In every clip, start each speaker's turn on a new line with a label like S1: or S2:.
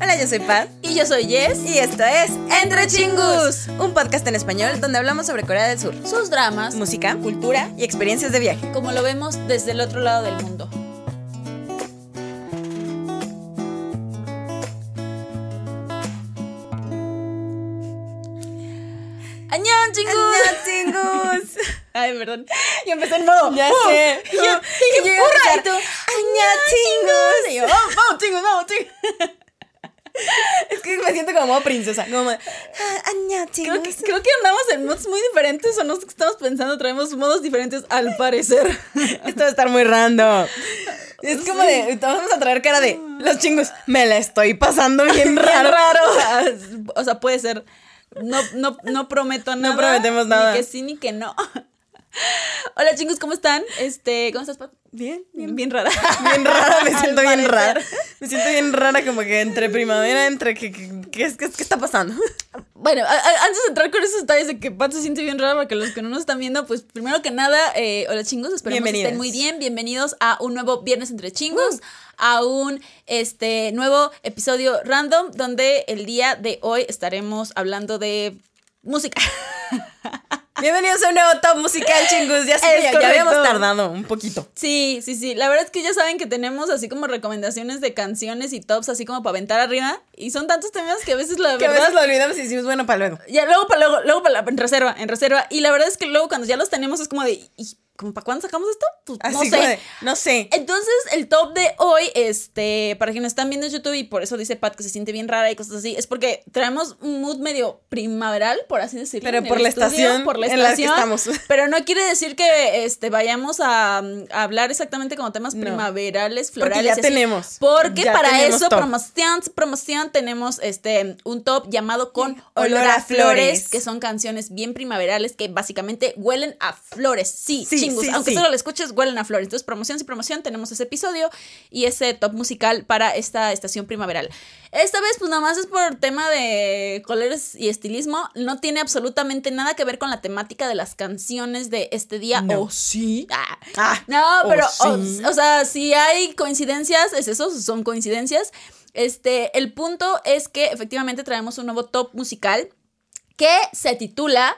S1: Hola, yo soy Pat.
S2: Y yo soy Jess.
S1: Y esto es Entre Chingus, un podcast en español donde hablamos sobre Corea del Sur,
S2: sus dramas,
S1: música, cultura y experiencias de viaje,
S2: como lo vemos desde el otro lado del mundo. ¡Añón, chingus!
S1: ¡Añón, chingus!
S2: Ay, perdón. Yo empecé en modo.
S1: Ya sé.
S2: Y yo ¡hurra! Y tú,
S1: ¡Añón, chingus!
S2: Y yo, vamos, chingus.
S1: Es que me siento como modo princesa. Como, ¡añón, chingus!
S2: Creo que andamos en modos muy diferentes o no estamos pensando, traemos modos diferentes al parecer.
S1: Esto va a estar muy random. Es como de, vamos a traer cara de los chingus. Me la estoy pasando bien raro.
S2: O sea, puede ser. No prometo nada.
S1: No prometemos nada.
S2: Ni que sí, ni que no. Hola, chicos, ¿cómo están? ¿Cómo estás, Pat?
S1: Bien.
S2: Bien rara.
S1: Bien rara, me siento bien
S2: parecer.
S1: rara. Me siento bien rara, como que entre primavera, ¿qué está pasando?
S2: Bueno, antes de entrar con esos detalles de que Pat se siente bien rara, para que los que no nos están viendo, pues primero que nada, hola, chingos, esperemos que estén muy bien. Bienvenidos a un nuevo Viernes Entre Chingos, a un nuevo episodio random, donde el día de hoy estaremos hablando de música.
S1: Bienvenidos a un nuevo top musical, chingus. Ya sé que ya habíamos tardado un poquito.
S2: Sí. La verdad es que ya saben que tenemos así como recomendaciones de canciones y tops así como para aventar arriba. Y son tantos temas que a veces la verdad...
S1: Que a veces lo olvidamos y decimos, bueno, para luego.
S2: Ya, luego en reserva. Y la verdad es que luego cuando ya los tenemos es como de... ¿Y como para cuándo sacamos esto? Pues
S1: así no sé.
S2: Entonces, el top de hoy, para quienes están viendo en YouTube, y por eso dice Pat que se siente bien rara y cosas así, es porque traemos un mood medio primaveral, por así decirlo.
S1: Pero por la estación en la que estamos.
S2: Pero no quiere decir que vayamos a hablar exactamente como temas primaverales, florales.
S1: Porque ya tenemos.
S2: Porque
S1: ya
S2: para
S1: tenemos
S2: eso,
S1: top.
S2: promoción, tenemos un top llamado Con
S1: Olor a Flores,
S2: que son canciones bien primaverales que básicamente huelen a flores. Sí.
S1: Sí,
S2: aunque solo lo escuches, huelen a flores. Entonces, promoción, tenemos ese episodio y ese top musical para esta estación primaveral. Esta vez, pues nada más es por tema de colores y estilismo. No tiene absolutamente nada que ver con la temática de las canciones de este día.
S1: No.
S2: ¿O sí?
S1: No,
S2: pero,
S1: sí.
S2: o sea, si hay coincidencias, es eso, son coincidencias. El punto es que efectivamente traemos un nuevo top musical que se titula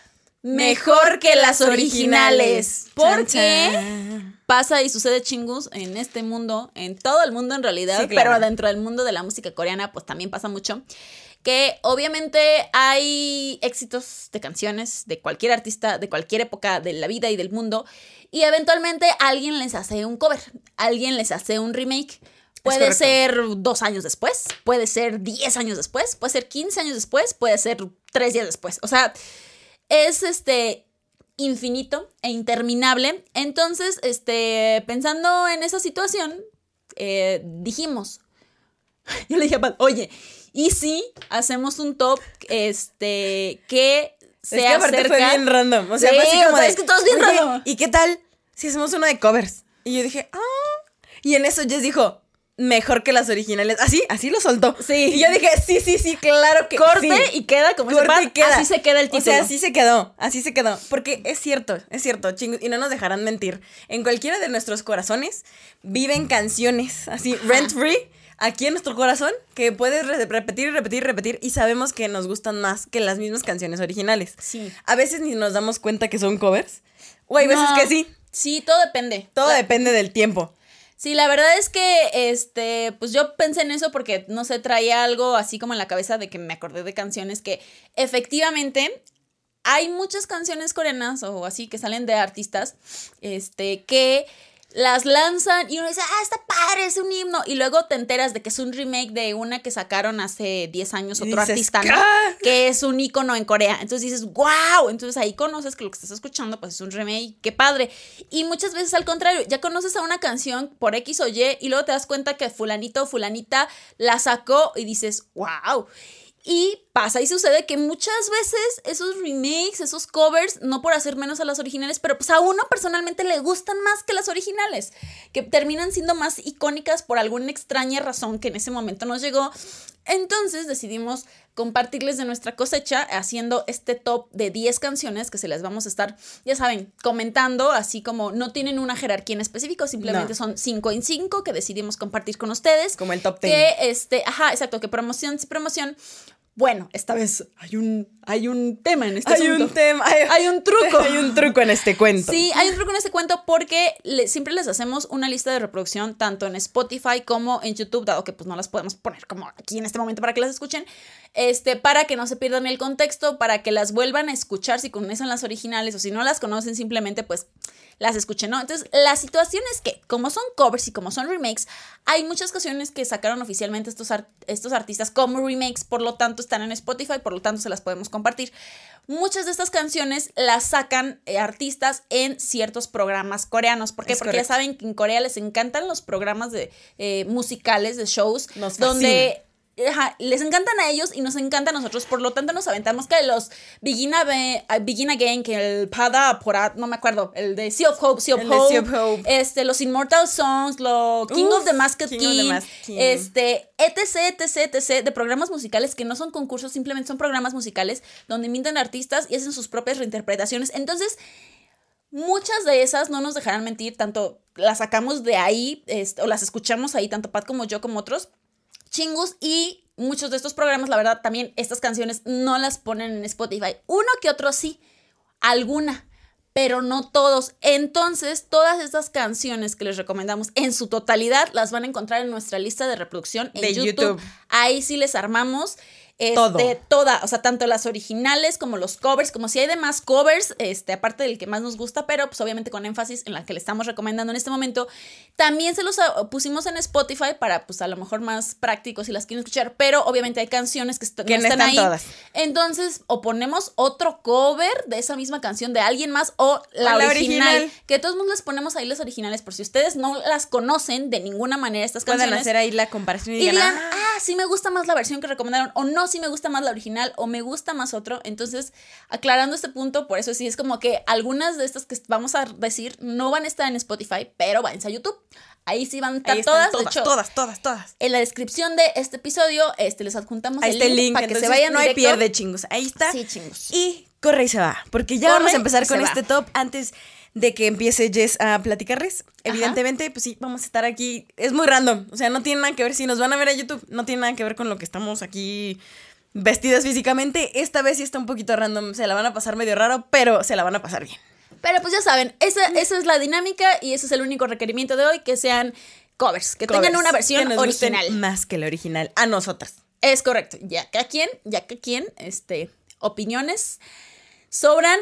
S2: Mejor que las originales. Porque pasa y sucede chingus en este mundo, en todo el mundo en realidad,
S1: sí, claro.
S2: pero dentro del mundo de la música coreana pues también pasa mucho, que obviamente hay éxitos de canciones de cualquier artista, de cualquier época de la vida y del mundo, y eventualmente alguien les hace un cover, alguien les hace un remake. Puede ser 2 años después, puede ser 10 años después, puede ser 15 años después, puede ser 3 días después. O sea, es infinito e interminable. Entonces, pensando en esa situación, dijimos, yo le dije a Pat, oye, ¿y si hacemos un top que se
S1: es que aparte
S2: acerca?
S1: fue bien random. O sea,
S2: sí,
S1: fue así como
S2: es que todo es bien random.
S1: ¿Y qué tal si hacemos uno de covers? Y yo dije, y en eso Jess dijo, mejor que las originales. Así lo soltó.
S2: Sí.
S1: Y yo dije, sí, claro que
S2: corte
S1: sí.
S2: y queda como
S1: Corte
S2: ese
S1: y queda.
S2: así se queda el título.
S1: O sea, así se quedó. Porque es cierto, chingos, y no nos dejarán mentir. En cualquiera de nuestros corazones viven canciones así, rent free, aquí en nuestro corazón, que puedes repetir, y sabemos que nos gustan más que las mismas canciones originales.
S2: Sí.
S1: A veces ni nos damos cuenta que son covers. O hay veces que sí.
S2: Sí, todo depende.
S1: Todo depende del tiempo.
S2: Sí, la verdad es que, pues yo pensé en eso porque, no sé, traía algo así como en la cabeza de que me acordé de canciones que efectivamente hay muchas canciones coreanas o así que salen de artistas, que las lanzan y uno dice, está padre, es un himno. Y luego te enteras de que es un remake de una que sacaron hace 10 años otro artista, ¿no? Que es un ícono en Corea. Entonces dices, wow. Entonces ahí conoces que lo que estás escuchando pues es un remake. ¡Qué padre! Y muchas veces al contrario, ya conoces a una canción por X o Y luego te das cuenta que fulanito o fulanita la sacó y dices, wow. Y pasa y sucede que muchas veces esos remakes, esos covers, no por hacer menos a las originales, pero pues a uno personalmente le gustan más que las originales, que terminan siendo más icónicas por alguna extraña razón que en ese momento nos llegó. Entonces decidimos compartirles de nuestra cosecha haciendo este top de 10 canciones que se las vamos a estar, ya saben, comentando, así como no tienen una jerarquía en específico, simplemente son 5 en 5 que decidimos compartir con ustedes.
S1: Como el top 10.
S2: Que exacto, que promoción, sí, promoción. Bueno, esta vez hay un tema en este asunto. Hay un truco.
S1: Hay un truco en este cuento.
S2: Sí, hay un truco en este cuento porque siempre les hacemos una lista de reproducción tanto en Spotify como en YouTube, dado que pues no las podemos poner como aquí en este momento para que las escuchen, para que no se pierdan el contexto, para que las vuelvan a escuchar si conocen las originales o si no las conocen simplemente pues las escuchen, ¿no? Entonces, la situación es que, como son covers y como son remakes, hay muchas canciones que sacaron oficialmente estos artistas como remakes, por lo tanto están en Spotify, por lo tanto se las podemos compartir. Muchas de estas canciones las sacan artistas en ciertos programas coreanos. ¿Por qué? Porque correcto. Ya saben que en Corea les encantan los programas de musicales, de shows, donde... les encantan a ellos y nos encanta a nosotros, por lo tanto nos aventamos que los Begin Again, que el Pada Porat, no me acuerdo, el de Sea of Hope, los Immortal Songs, los King of the Masked King, etc, de programas musicales que no son concursos, simplemente son programas musicales donde invitan artistas y hacen sus propias reinterpretaciones. Entonces, muchas de esas, no nos dejarán mentir, tanto las sacamos de ahí, o las escuchamos ahí, tanto Pat como yo como otros chingus, y muchos de estos programas, la verdad, también estas canciones no las ponen en Spotify. Uno que otro sí, alguna, pero no todos. Entonces, todas estas canciones que les recomendamos en su totalidad las van a encontrar en nuestra lista de reproducción en YouTube. Ahí sí les armamos toda, o sea, tanto las originales como los covers, como si hay demás covers, aparte del que más nos gusta, pero pues obviamente con énfasis en la que le estamos recomendando en este momento. También se los pusimos en Spotify para, pues a lo mejor más prácticos si las quieren escuchar, pero obviamente hay canciones que no están ahí. Todas. Entonces, o ponemos otro cover de esa misma canción de alguien más o la original. Que de todos modos les ponemos ahí las originales por si ustedes no las conocen de ninguna manera estas canciones.
S1: Pueden hacer ahí la comparación y
S2: digan, sí me gusta más la versión que recomendaron, o no, sí me gusta más la original, o me gusta más otro. Entonces, aclarando este punto, por eso sí es como que algunas de estas que vamos a decir no van a estar en Spotify, pero váyanse a YouTube. Ahí sí van a estar todas. De hecho,
S1: todas.
S2: En la descripción de este episodio, les adjuntamos
S1: el link para que se vayan. No hay pierde, chingos. Ahí está.
S2: Sí, chingos.
S1: Y corre y se va, porque ya vamos a empezar con este top antes de que empiece Jess a platicarles. Evidentemente, pues sí, vamos a estar aquí. Es muy random, o sea, no tiene nada que ver. Si nos van a ver a YouTube, no tiene nada que ver con lo que estamos aquí vestidas físicamente. Esta vez sí está un poquito random, se la van a pasar medio raro, pero se la van a pasar bien.
S2: Pero pues ya saben, esa es la dinámica y ese es el único requerimiento de hoy, que sean covers, que tengan una versión
S1: que
S2: original.
S1: Más que la original, a nosotras.
S2: Es correcto, ya que a quien, opiniones sobran,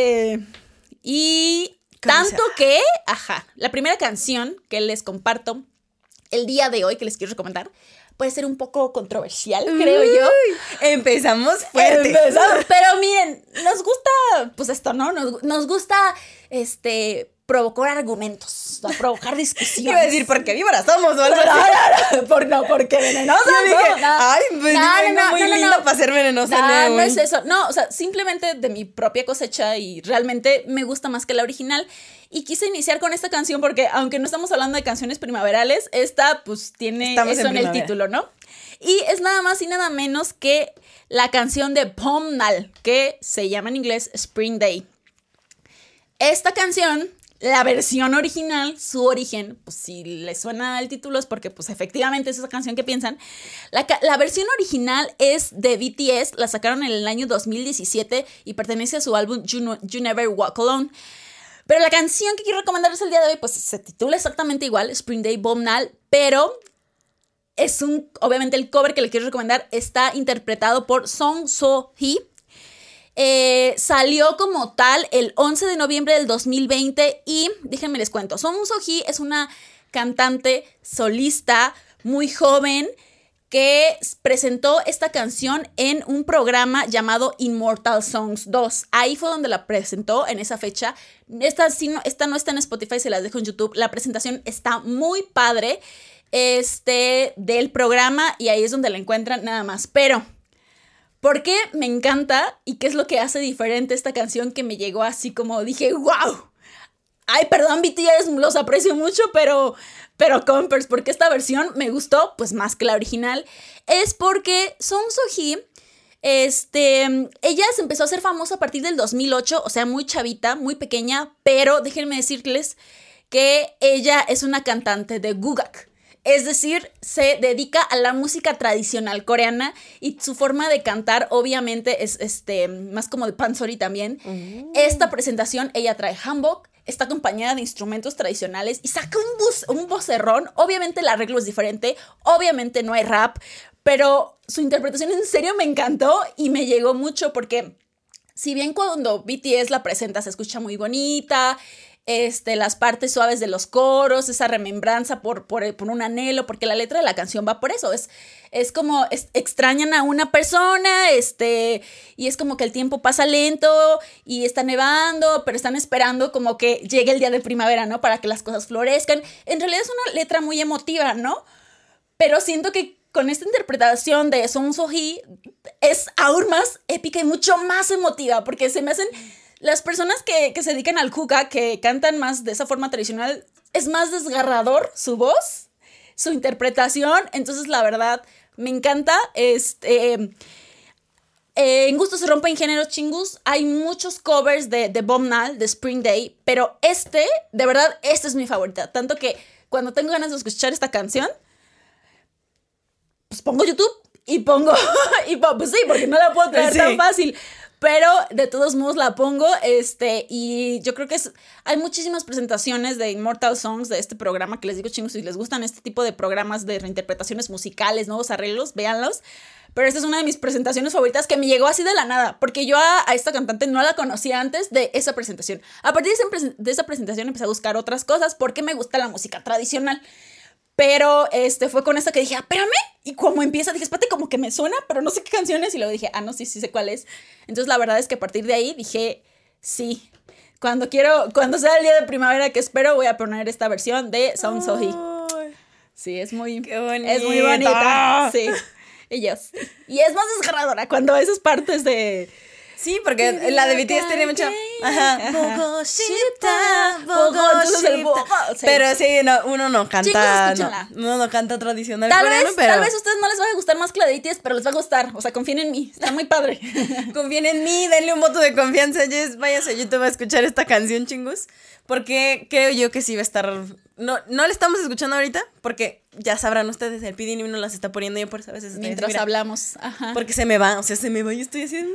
S2: y tanto que, la primera canción que les comparto el día de hoy, que les quiero recomendar, puede ser un poco controversial, creo yo.
S1: Empezamos fuerte.
S2: Pero miren, nos gusta, pues esto, ¿no? Nos gusta, provocar argumentos, provocar discusiones.
S1: Iba a decir, porque víboras somos, ¿no?
S2: Porque venenosas.
S1: Yo dije, muy linda para ser venenosa.
S2: No es eso. No, o sea, simplemente de mi propia cosecha y realmente me gusta más que la original. Y quise iniciar con esta canción porque, aunque no estamos hablando de canciones primaverales, esta pues tiene eso en el título, ¿no? Y es nada más y nada menos que la canción de Bomnal, que se llama en inglés Spring Day. Esta canción, la versión original, su origen, pues si les suena el título es porque pues efectivamente es esa canción que piensan. La versión original es de BTS, la sacaron en el año 2017 y pertenece a su álbum You Never Walk Alone. Pero la canción que quiero recomendarles el día de hoy, pues se titula exactamente igual, Spring Day Bomnal, pero obviamente el cover que les quiero recomendar está interpretado por Song So-hee. Salió como tal el 11 de noviembre del 2020 y déjenme les cuento, Song So-hee es una cantante solista muy joven que presentó esta canción en un programa llamado Immortal Songs 2. Ahí fue donde la presentó en esa fecha. Esta no está en Spotify, se las dejo en YouTube. La presentación está muy padre del programa y ahí es donde la encuentran nada más. Pero ¿Por qué me encanta y qué es lo que hace diferente esta canción que me llegó así como dije, wow? Ay, perdón, BTS, los aprecio mucho, pero compers, porque esta versión me gustó, pues más que la original, es porque Song So-hee, ella se empezó a hacer famosa a partir del 2008, o sea, muy chavita, muy pequeña, pero déjenme decirles que ella es una cantante de gugak. Es decir, se dedica a la música tradicional coreana y su forma de cantar obviamente es más como de pansori también. Esta presentación ella trae hanbok, está acompañada de instrumentos tradicionales y saca un vocerrón. Obviamente el arreglo es diferente, obviamente no hay rap, pero su interpretación en serio me encantó y me llegó mucho porque si bien cuando BTS la presenta se escucha muy bonita, las partes suaves de los coros, esa remembranza por un anhelo, porque la letra de la canción va por eso, es como extrañan a una persona, y es como que el tiempo pasa lento y está nevando, pero están esperando como que llegue el día de primavera, ¿no? Para que las cosas florezcan. En realidad es una letra muy emotiva, ¿no? Pero siento que con esta interpretación de Song So-hee es aún más épica y mucho más emotiva, porque se me hacen... Las personas que se dedican al juca, que cantan más de esa forma tradicional, es más desgarrador su voz, su interpretación. Entonces, la verdad, me encanta. En Gusto se rompen géneros, chingus. Hay muchos covers de Bomnal, de Spring Day, pero de verdad, esta es mi favorita. Tanto que cuando tengo ganas de escuchar esta canción, pues pongo YouTube y pongo... pues sí, porque no la puedo traer tan fácil. Pero de todos modos la pongo, y yo creo que hay muchísimas presentaciones de Immortal Songs de este programa que les digo, chingos, si les gustan este tipo de programas de reinterpretaciones musicales, nuevos arreglos, véanlos. Pero esta es una de mis presentaciones favoritas que me llegó así de la nada, porque yo a esta cantante no la conocía antes de esa presentación. A partir de esa presentación empecé a buscar otras cosas porque me gusta la música tradicional. Pero fue con esta que dije, espérame, y como empieza, dije, espérate, como que me suena, pero no sé qué canciones, y luego dije, no, sí sé cuál es. Entonces la verdad es que a partir de ahí dije, sí, cuando sea el día de primavera que espero, voy a poner esta versión de Song So-hee. Sí, es muy bonita. Sí, y es más desgarradora cuando esas partes de...
S1: Sí, porque la de BTS tiene mucho... Ajá. Pero sí, uno no canta... Uno no canta tradicional coreano, pero...
S2: Tal vez a ustedes no les va a gustar más que la de BTS, pero les va a gustar. O sea, confíen en mí. Está muy padre.
S1: Confíen en mí, denle un voto de confianza. Jess, váyase a YouTube a escuchar esta canción, chingus. Porque creo yo que sí va a estar... No la estamos escuchando ahorita, porque ya sabrán ustedes, el PD no las está poniendo yo por eso a veces.
S2: Mientras hablamos. Ajá.
S1: Porque se me va y estoy haciendo...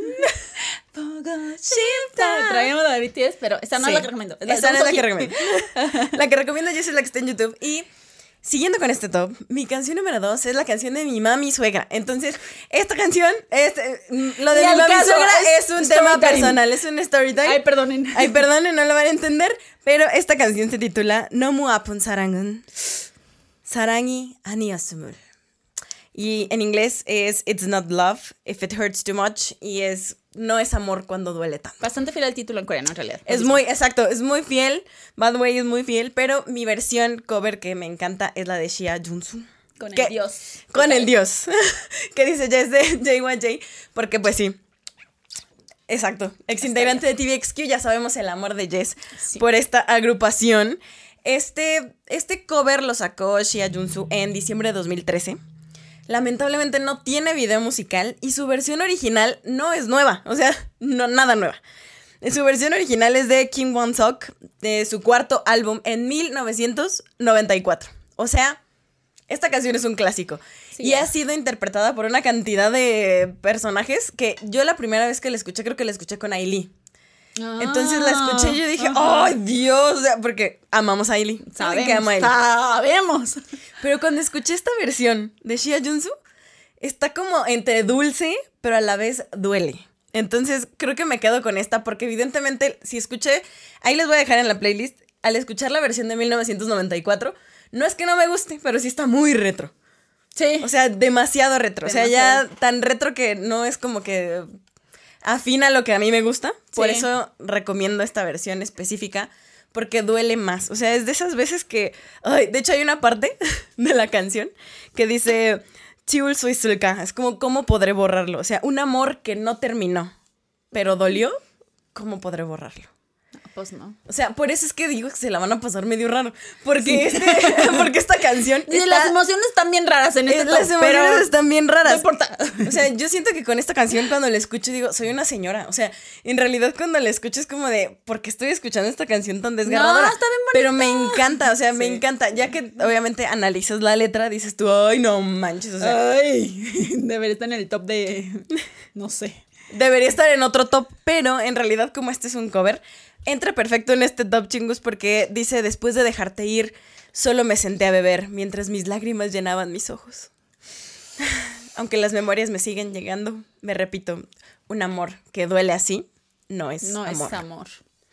S2: Traemos la de BTS, pero esta no es la que recomiendo.
S1: Esta no es la que recomiendo. La que recomiendo yo es la que está en YouTube. Y siguiendo con este top, mi canción número 2 es la canción de mi mami suegra. Entonces, esta canción, lo de mi mami suegra es un tema personal, es un story time.
S2: Ay, perdonen,
S1: no lo van a entender. Pero esta canción se titula Nomu Apun Sarangun Sarangi Aniasumul. Y en inglés es It's Not Love If It Hurts Too Much. Y no es amor cuando duele tanto.
S2: Bastante fiel al título en coreano, en realidad.
S1: Es muy fiel. Bad Way es muy fiel. Pero mi versión cover que me encanta es la de Shia Junsu.
S2: Con el dios.
S1: Con el dios. Que dice ya es de J1J. Porque pues sí. Exacto. Ex integrante de TVXQ. Ya sabemos el amor de Jess por esta agrupación. Este cover lo sacó Shia Junsu en diciembre de 2013. Lamentablemente no tiene video musical y su versión original no es nueva, o sea, no, nada nueva. Su versión original es de Kim Won-sok, de su cuarto álbum en 1994. O sea, esta canción es un clásico. Sí, y ha sido interpretada por una cantidad de personajes que yo la primera vez que la escuché, creo que la escuché con Ailey. Entonces la escuché y yo dije, ¡ay, Dios! O sea, porque amamos a Ailey.
S2: Sabemos.
S1: Pero cuando escuché esta versión de Shia Junsu, está como entre dulce, pero a la vez duele. Entonces creo que me quedo con esta, porque evidentemente si escuché, ahí les voy a dejar en la playlist, al escuchar la versión de 1994, no es que no me guste, pero sí está muy retro.
S2: Sí.
S1: O sea, demasiado retro. O sea, ya tan retro que no es como que... afina lo que a mí me gusta, por eso recomiendo esta versión específica, porque duele más. O sea, es de esas veces que... Ay, de hecho hay una parte de la canción que dice Tiul Suizulka. Es como, ¿cómo podré borrarlo? O sea, un amor que no terminó, pero dolió, ¿cómo podré borrarlo?
S2: Pues no.
S1: O sea, por eso es que digo que se la van a pasar medio raro. Porque, porque esta canción.
S2: Y las emociones están bien raras en este top,
S1: las emociones están bien raras.
S2: No importa.
S1: O sea, yo siento que con esta canción, cuando la escucho, digo, soy una señora. O sea, en realidad, cuando la escucho es como de, ¿por qué estoy escuchando esta canción tan desgarradora?
S2: No, está bien bonita.
S1: Pero me encanta, o sea, me encanta. Ya que obviamente analizas la letra, dices tú, ay, no manches. O sea,
S2: ay, debería estar en el top de. No sé.
S1: Debería estar en otro top, pero en realidad, como este es un cover, entra perfecto en este top, chingus, porque dice, después de dejarte ir, solo me senté a beber, mientras mis lágrimas llenaban mis ojos. Aunque las memorias me siguen llegando, me repito, un amor que duele así, no es amor.
S2: No es amor.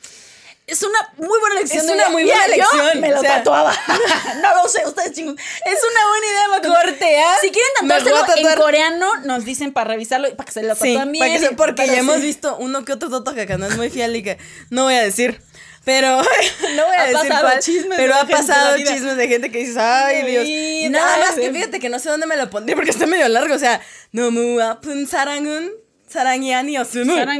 S2: Es una muy buena lección.
S1: Es una muy buena lección.
S2: Yo me lo tatuaba. No lo sé, ustedes chingos. Es una buena idea.
S1: Corte, ¿ah?
S2: Si quieren tatuárselo en coreano, nos dicen para revisarlo y para que se lo tatúen bien.
S1: Porque ya hemos visto uno que otro tatuaje que no es muy fiel y que no voy a decir. Pero no voy a decir cuál. Pero ha pasado chismes de gente que dices, ay, Dios. Nada más que fíjate que no sé dónde me lo pondría porque está medio largo. O sea, no mu apun sarangun. Sarangiani o Sumu.
S2: Es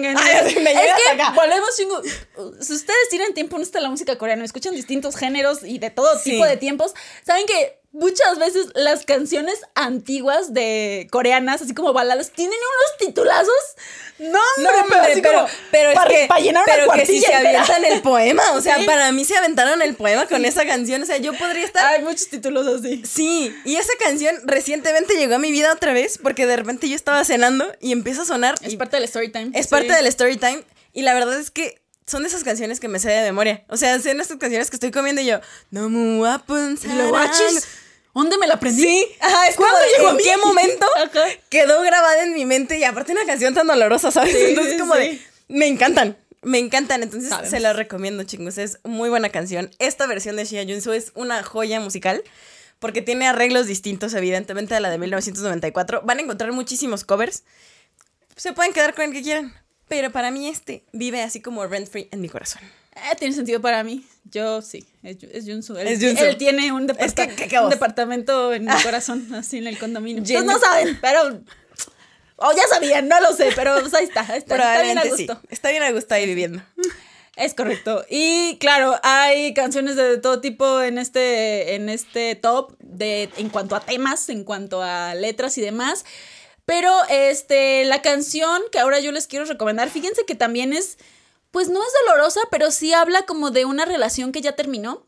S2: que volvemos, chingo. Si ustedes tienen tiempo en la música coreana, escuchan distintos géneros y de todo tipo de tiempos, saben que muchas veces las canciones antiguas de coreanas, así como baladas, tienen unos titulazos. No, hombre,
S1: pero es que
S2: para llenar
S1: pero
S2: una
S1: que si se
S2: entera.
S1: avientan el poema, o sea, para mí se aventaron el poema con esa canción, o sea, yo podría estar.
S2: Hay muchos títulos así.
S1: Sí, y esa canción recientemente llegó a mi vida otra vez porque de repente yo estaba cenando y empieza a sonar.
S2: Es parte del story time.
S1: Es parte del story time y la verdad es que son de esas canciones que me sé de memoria. O sea, son esas canciones que estoy comiendo y yo, no mu apun
S2: ¿Lo guachis? ¿Dónde me la aprendí?
S1: Sí, es como
S2: llegó
S1: ¿en qué momento quedó grabada en mi mente? Y aparte una canción tan dolorosa, ¿sabes?
S2: Sí,
S1: entonces como de, me encantan, entonces
S2: Sabemos.
S1: se la recomiendo, chingos, es muy buena canción. Esta versión de Shia Junsu es una joya musical porque tiene arreglos distintos, evidentemente, a la de 1994. Van a encontrar muchísimos covers, se pueden quedar con el que quieran, pero para mí vive así como rent free en mi corazón.
S2: Tiene sentido para mí. Yo sí, es Junsu.
S1: Él
S2: tiene un departamento en mi corazón, así en el condominio. Ustedes no saben, pero... O ya sabían, no lo sé, pero pues ahí está. Está bien a gusto.
S1: Sí, está bien a gusto ahí viviendo.
S2: Es correcto. Y claro, hay canciones de todo tipo en este top en cuanto a temas, en cuanto a letras y demás. Pero la canción que ahora yo les quiero recomendar, fíjense que también pues no es dolorosa, pero sí habla como de una relación que ya terminó.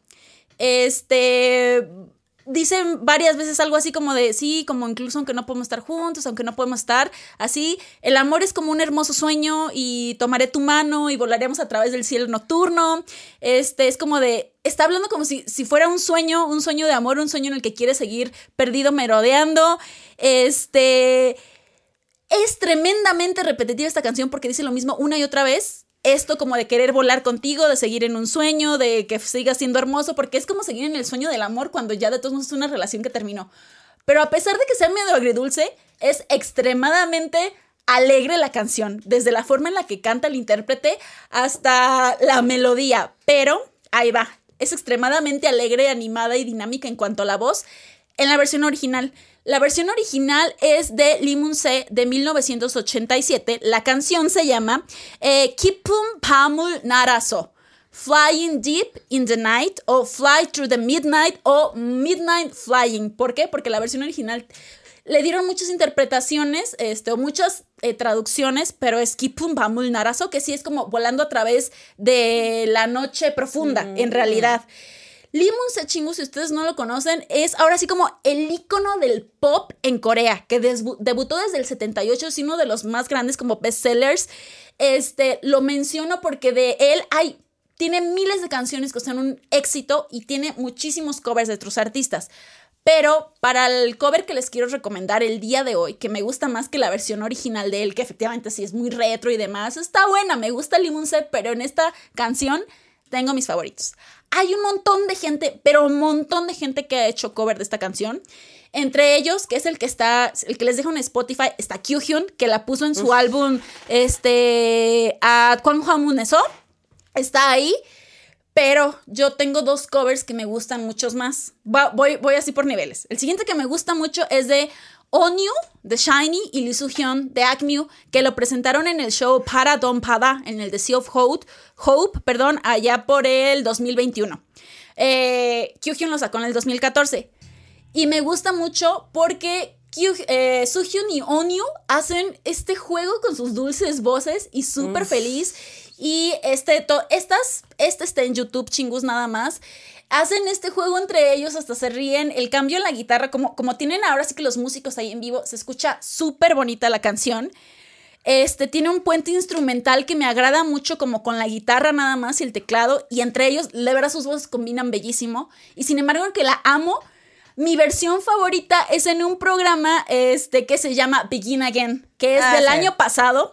S2: Dicen varias veces algo así como de, sí, como incluso aunque no podemos estar juntos, aunque no podemos estar así, el amor es como un hermoso sueño y tomaré tu mano y volaremos a través del cielo nocturno. Es como de, está hablando como si fuera un sueño de amor, un sueño en el que quiere seguir perdido merodeando. Es tremendamente repetitiva esta canción porque dice lo mismo una y otra vez. Esto como de querer volar contigo, de seguir en un sueño, de que siga siendo hermoso, porque es como seguir en el sueño del amor cuando ya de todos modos es una relación que terminó. Pero a pesar de que sea medio agridulce, es extremadamente alegre la canción, desde la forma en la que canta el intérprete hasta la melodía. Pero ahí va, es extremadamente alegre, animada y dinámica en cuanto a la voz en la versión original. La versión original es de Lee Moon-se de 1987. La canción se llama Kipum Pamul Naraso, Flying Deep in the Night o Fly Through the Midnight o Midnight Flying. ¿Por qué? Porque la versión original le dieron muchas interpretaciones o muchas traducciones, pero es Kipum Pamul Naraso, que sí es como volando a través de la noche profunda, en realidad. Lee Moon-se, chingu, si ustedes no lo conocen, es ahora sí como el ícono del pop en Corea, que debutó desde el 78, es uno de los más grandes como bestsellers. Lo menciono porque de él tiene miles de canciones que son un éxito y tiene muchísimos covers de otros artistas. Pero para el cover que les quiero recomendar el día de hoy, que me gusta más que la versión original de él, que efectivamente sí es muy retro y demás, está buena, me gusta Lee Moon-se, pero en esta canción tengo mis favoritos. Hay un montón de gente, pero un montón de gente que ha hecho cover de esta canción. Entre ellos, que es el que les dejo en Spotify, está Kyuhyun, que la puso en su álbum, a Kwanghamuneso. Está ahí. Pero yo tengo dos covers que me gustan muchos más. Voy así por niveles. El siguiente que me gusta mucho es de Onyu de SHINee y Lee Soo-hyun de AKMU, que lo presentaron en el show Para Don Pada, en el The Sea of Hope, allá por el 2021. Kyuhyun lo sacó en el 2014. Y me gusta mucho porque Soo-hyun y Onyu hacen este juego con sus dulces voces y súper feliz. Y este está en YouTube, chingus, nada más. Hacen este juego entre ellos, hasta se ríen. El cambio en la guitarra, como tienen ahora sí que los músicos ahí en vivo, se escucha súper bonita la canción. Tiene un puente instrumental que me agrada mucho, como con la guitarra nada más y el teclado. Y entre ellos, de verdad, sus voces combinan bellísimo. Y sin embargo, que la amo. Mi versión favorita es en un programa que se llama Begin Again, que es del año pasado.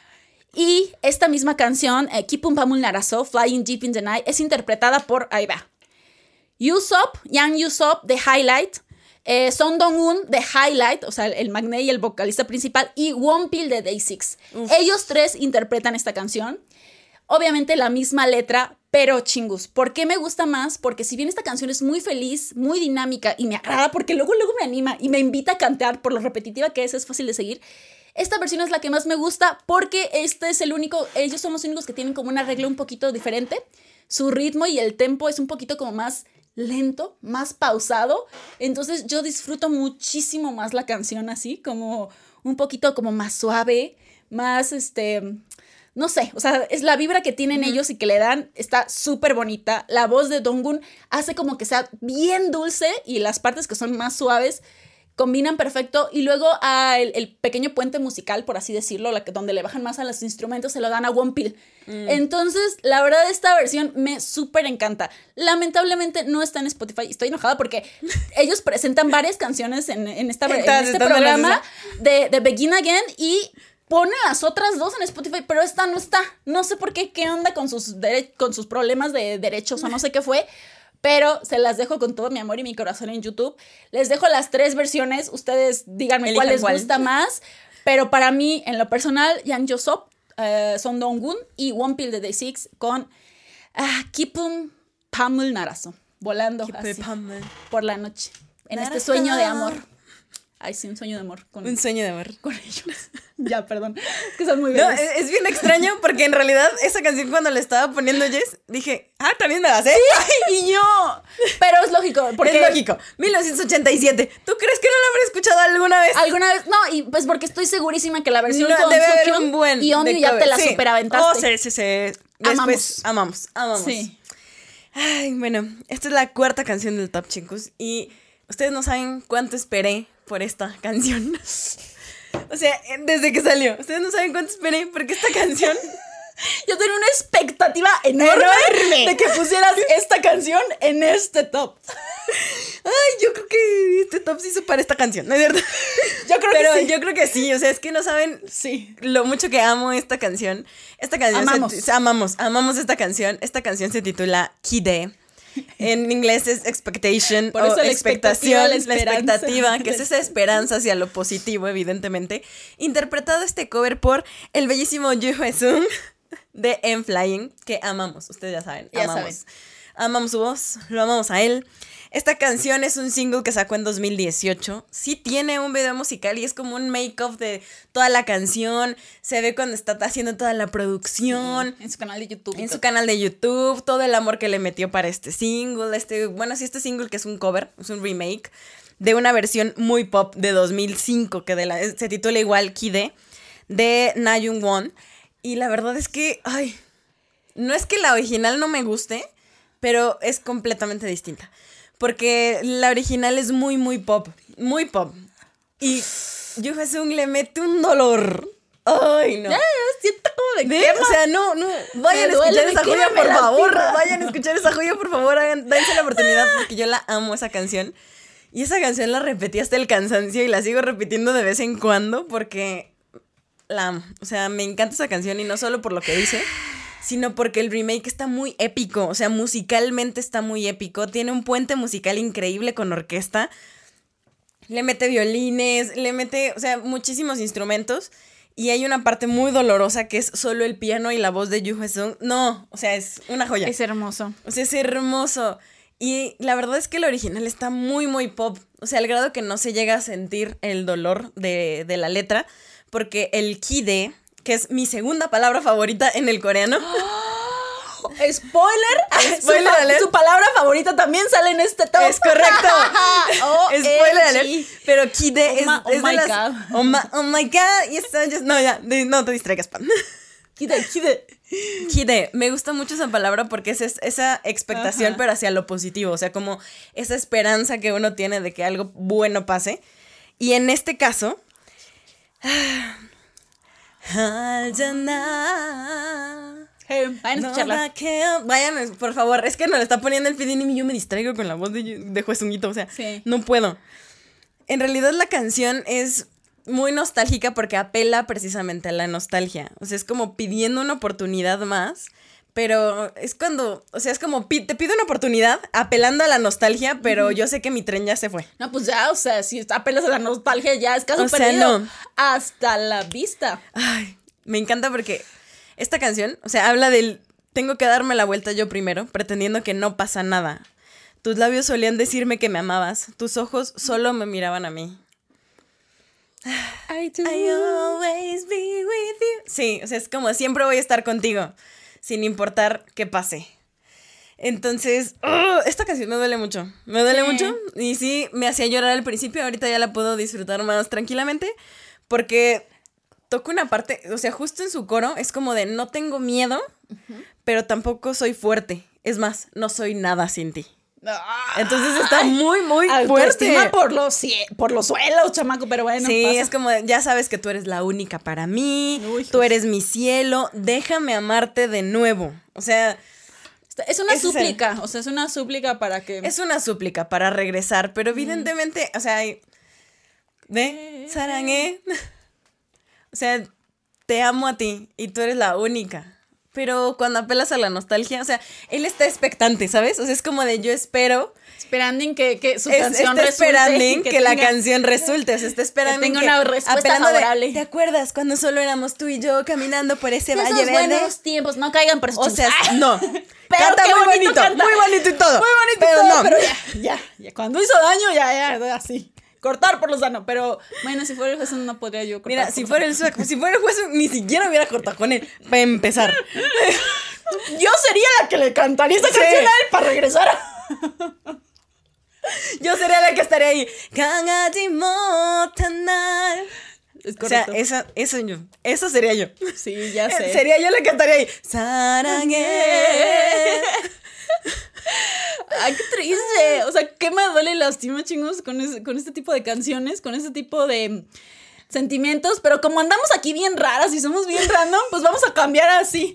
S2: Y esta misma canción, Kipum Pamul Naraso, Flying Deep in the Night, es interpretada por, ahí va, Yang Yusop de Highlight, Son Dong-un de Highlight, o sea, el magné y el vocalista principal, y Wonpil de Day6. Ellos tres interpretan esta canción. Obviamente la misma letra, pero chingus. ¿Por qué me gusta más? Porque si bien esta canción es muy feliz, muy dinámica y me agrada porque luego me anima y me invita a cantar por lo repetitiva que es fácil de seguir. Esta versión es la que más me gusta porque ellos son los únicos que tienen como un arreglo un poquito diferente. Su ritmo y el tempo es un poquito como más lento, más pausado. Entonces yo disfruto muchísimo más la canción así, como un poquito como más suave, más no sé, o sea, es la vibra que tienen ellos y que le dan, está súper bonita. La voz de Donggun hace como que sea bien dulce y las partes que son más suaves combinan perfecto. Y luego el pequeño puente musical, por así decirlo, donde le bajan más a los instrumentos, se lo dan a Wonpil. Entonces, la verdad, esta versión me súper encanta. Lamentablemente no está en Spotify. Estoy enojada porque ellos presentan varias canciones en este programa de Begin Again y ponen las otras dos en Spotify, pero esta no está. No sé por qué onda con sus problemas de derechos o no sé qué fue, pero se las dejo con todo mi amor y mi corazón en YouTube. Les dejo las 3 versiones. Ustedes díganme cuál les gusta más. Pero para mí, en lo personal, Yang Yosop, Son Dong-gun y Wonpil de Day6 con Kipum Pamul Naraso. Volando así, por la noche. En este sueño de amor. Ay, sí, un sueño de amor.
S1: Un sueño de amor.
S2: Con ellos. Ya, perdón. Es que son muy bellos.
S1: No, es bien extraño porque en realidad esa canción cuando la estaba poniendo Jess, dije, también me la sé.
S2: Sí, y yo. Pero es lógico. Porque
S1: es lógico. 1987. ¿Tú crees que no la habré escuchado alguna vez?
S2: Alguna vez. No, y pues porque estoy segurísima que la versión con
S1: debe haber
S2: Soo-hyun
S1: un buen
S2: y Onyu ya te la superaventaste.
S1: Sí. Después amamos. Sí. Ay, bueno, esta es la 4ª canción del Top, chicos. Y ustedes no saben cuánto esperé por esta canción. O sea, desde que salió. Ustedes no saben cuánto esperé porque esta canción...
S2: Yo tenía una expectativa enorme de que pusieras esta canción en este top.
S1: Ay, yo creo que este top sí supera esta canción, ¿no es cierto? Yo creo que sí, o sea, es que no saben lo mucho que amo esta canción. Esta canción amamos esta canción. Esta canción se titula Kide. En inglés es expectation.
S2: Por eso
S1: o
S2: la
S1: expectación,
S2: la
S1: expectativa, que es esa esperanza hacia lo positivo, evidentemente. Interpretado este cover por el bellísimo Yoo Hye-sung de M Flying, que amamos, ustedes ya saben, amamos su voz, lo amamos a él. Esta canción es un single que sacó en 2018. Sí tiene un video musical y es como un make-off de toda la canción. Se ve cuando está haciendo toda la producción.
S2: En su canal de YouTube.
S1: En su canal de YouTube. Todo el amor que le metió para este single. Este single que es un cover, es un remake de una versión muy pop de 2005 que se titula igual Kide, de Na Jung Won. Y la verdad es que, no es que la original no me guste, pero es completamente distinta. Porque la original es muy, muy pop. Muy pop. Y Yoo Hye-sung le mete un dolor. Ay, no.
S2: Siento como me quema.
S1: O sea, no. Vayan a escuchar esa joya, por favor. Vayan a escuchar esa joya, por favor. Dense la oportunidad porque yo la amo, esa canción. Y esa canción la repetí hasta el cansancio y la sigo repitiendo de vez en cuando porque la amo. O sea, me encanta esa canción y no solo por lo que dice, sino porque el remake está muy épico, o sea, musicalmente está muy épico, tiene un puente musical increíble con orquesta, le mete violines, le mete, o sea, muchísimos instrumentos, y hay una parte muy dolorosa que es solo el piano y la voz de Yoo Hye-sung. No, o sea, es una joya.
S2: Es hermoso.
S1: O sea, es hermoso. Y la verdad es que el original está muy, muy pop. O sea, al grado que no se llega a sentir el dolor de la letra. Porque el kide, que es mi segunda palabra favorita en el coreano.
S2: Spoiler alert. Su palabra favorita también sale en este top.
S1: Es correcto. Spoiler alert. Pero kide es
S2: my
S1: de las...
S2: God.
S1: Oh my God. No, ya. No te distraigas, Pam. Kide, me gusta mucho esa palabra porque es esa expectación, pero hacia lo positivo, o sea, como esa esperanza que uno tiene de que algo bueno pase. Y en este caso,
S2: vayan a escucharla.
S1: Vayan, por favor, es que nos lo está poniendo el Fidini y yo me distraigo con la voz de Juezunguito, o sea, no puedo. En realidad la canción es muy nostálgica porque apela precisamente a la nostalgia. O sea, es como pidiendo una oportunidad más, pero es cuando, o sea, es como te pido una oportunidad apelando a la nostalgia, pero yo sé que mi tren ya se fue.
S2: No, pues ya, o sea, si apelas a la nostalgia ya es caso perdido. No. Hasta la vista.
S1: Ay, me encanta porque esta canción, o sea, habla del tengo que darme la vuelta yo primero, pretendiendo que no pasa nada. Tus labios solían decirme que me amabas, tus ojos solo me miraban a mí. I always be with you. Sí, o sea, es como siempre voy a estar contigo, sin importar qué pase. Entonces, esta canción me duele mucho. Me duele mucho. Y sí, me hacía llorar al principio. Ahorita ya la puedo disfrutar más tranquilamente. Porque toca una parte, o sea, justo en su coro es como de no tengo miedo, pero tampoco soy fuerte. Es más, no soy nada sin ti. Entonces está muy, muy fuerte.
S2: por los suelos, chamaco, pero bueno.
S1: Sí, pasa. Es como, ya sabes que tú eres la única para mí, tú eres mi cielo, déjame amarte de nuevo. O sea,
S2: es una súplica, o sea, es una súplica para que...
S1: Es una súplica para regresar, pero evidentemente, o sea, Sarangue. O sea, te amo a ti y tú eres la única. Pero cuando apelas a la nostalgia, o sea, él está expectante, ¿sabes? O sea, es como de yo espero.
S2: Esperando en que su canción resulte.
S1: Está esperando en que la canción resulte. O sea, está esperando en que
S2: tenga una respuesta favorable.
S1: ¿Te acuerdas cuando solo éramos tú y yo caminando por ese valle verde?
S2: Esos buenos tiempos, no caigan por eso.
S1: O sea, no.
S2: Pero
S1: canta muy bonito,
S2: canta.
S1: muy bonito y todo.
S2: Muy bonito
S1: pero
S2: y todo,
S1: no.
S2: Pero ya. Cuando hizo daño, ya, así. Cortar por lo sano, pero bueno, si fuera el juez no podría yo cortar.
S1: Mira, si fuera el juez ni siquiera hubiera cortado con él, para empezar.
S2: Yo sería la que le cantaría esa canción a él para regresar.
S1: Yo sería la que estaría ahí. Es correcto. O sea, eso sería yo.
S2: Sí, ya sé.
S1: Sería yo la que estaría ahí. Sarangue.
S2: Ay, qué triste. O sea, qué me duele y lastima, chingos, con este tipo de canciones, con este tipo de sentimientos. Pero como andamos aquí bien raras y somos bien random, pues vamos a cambiar así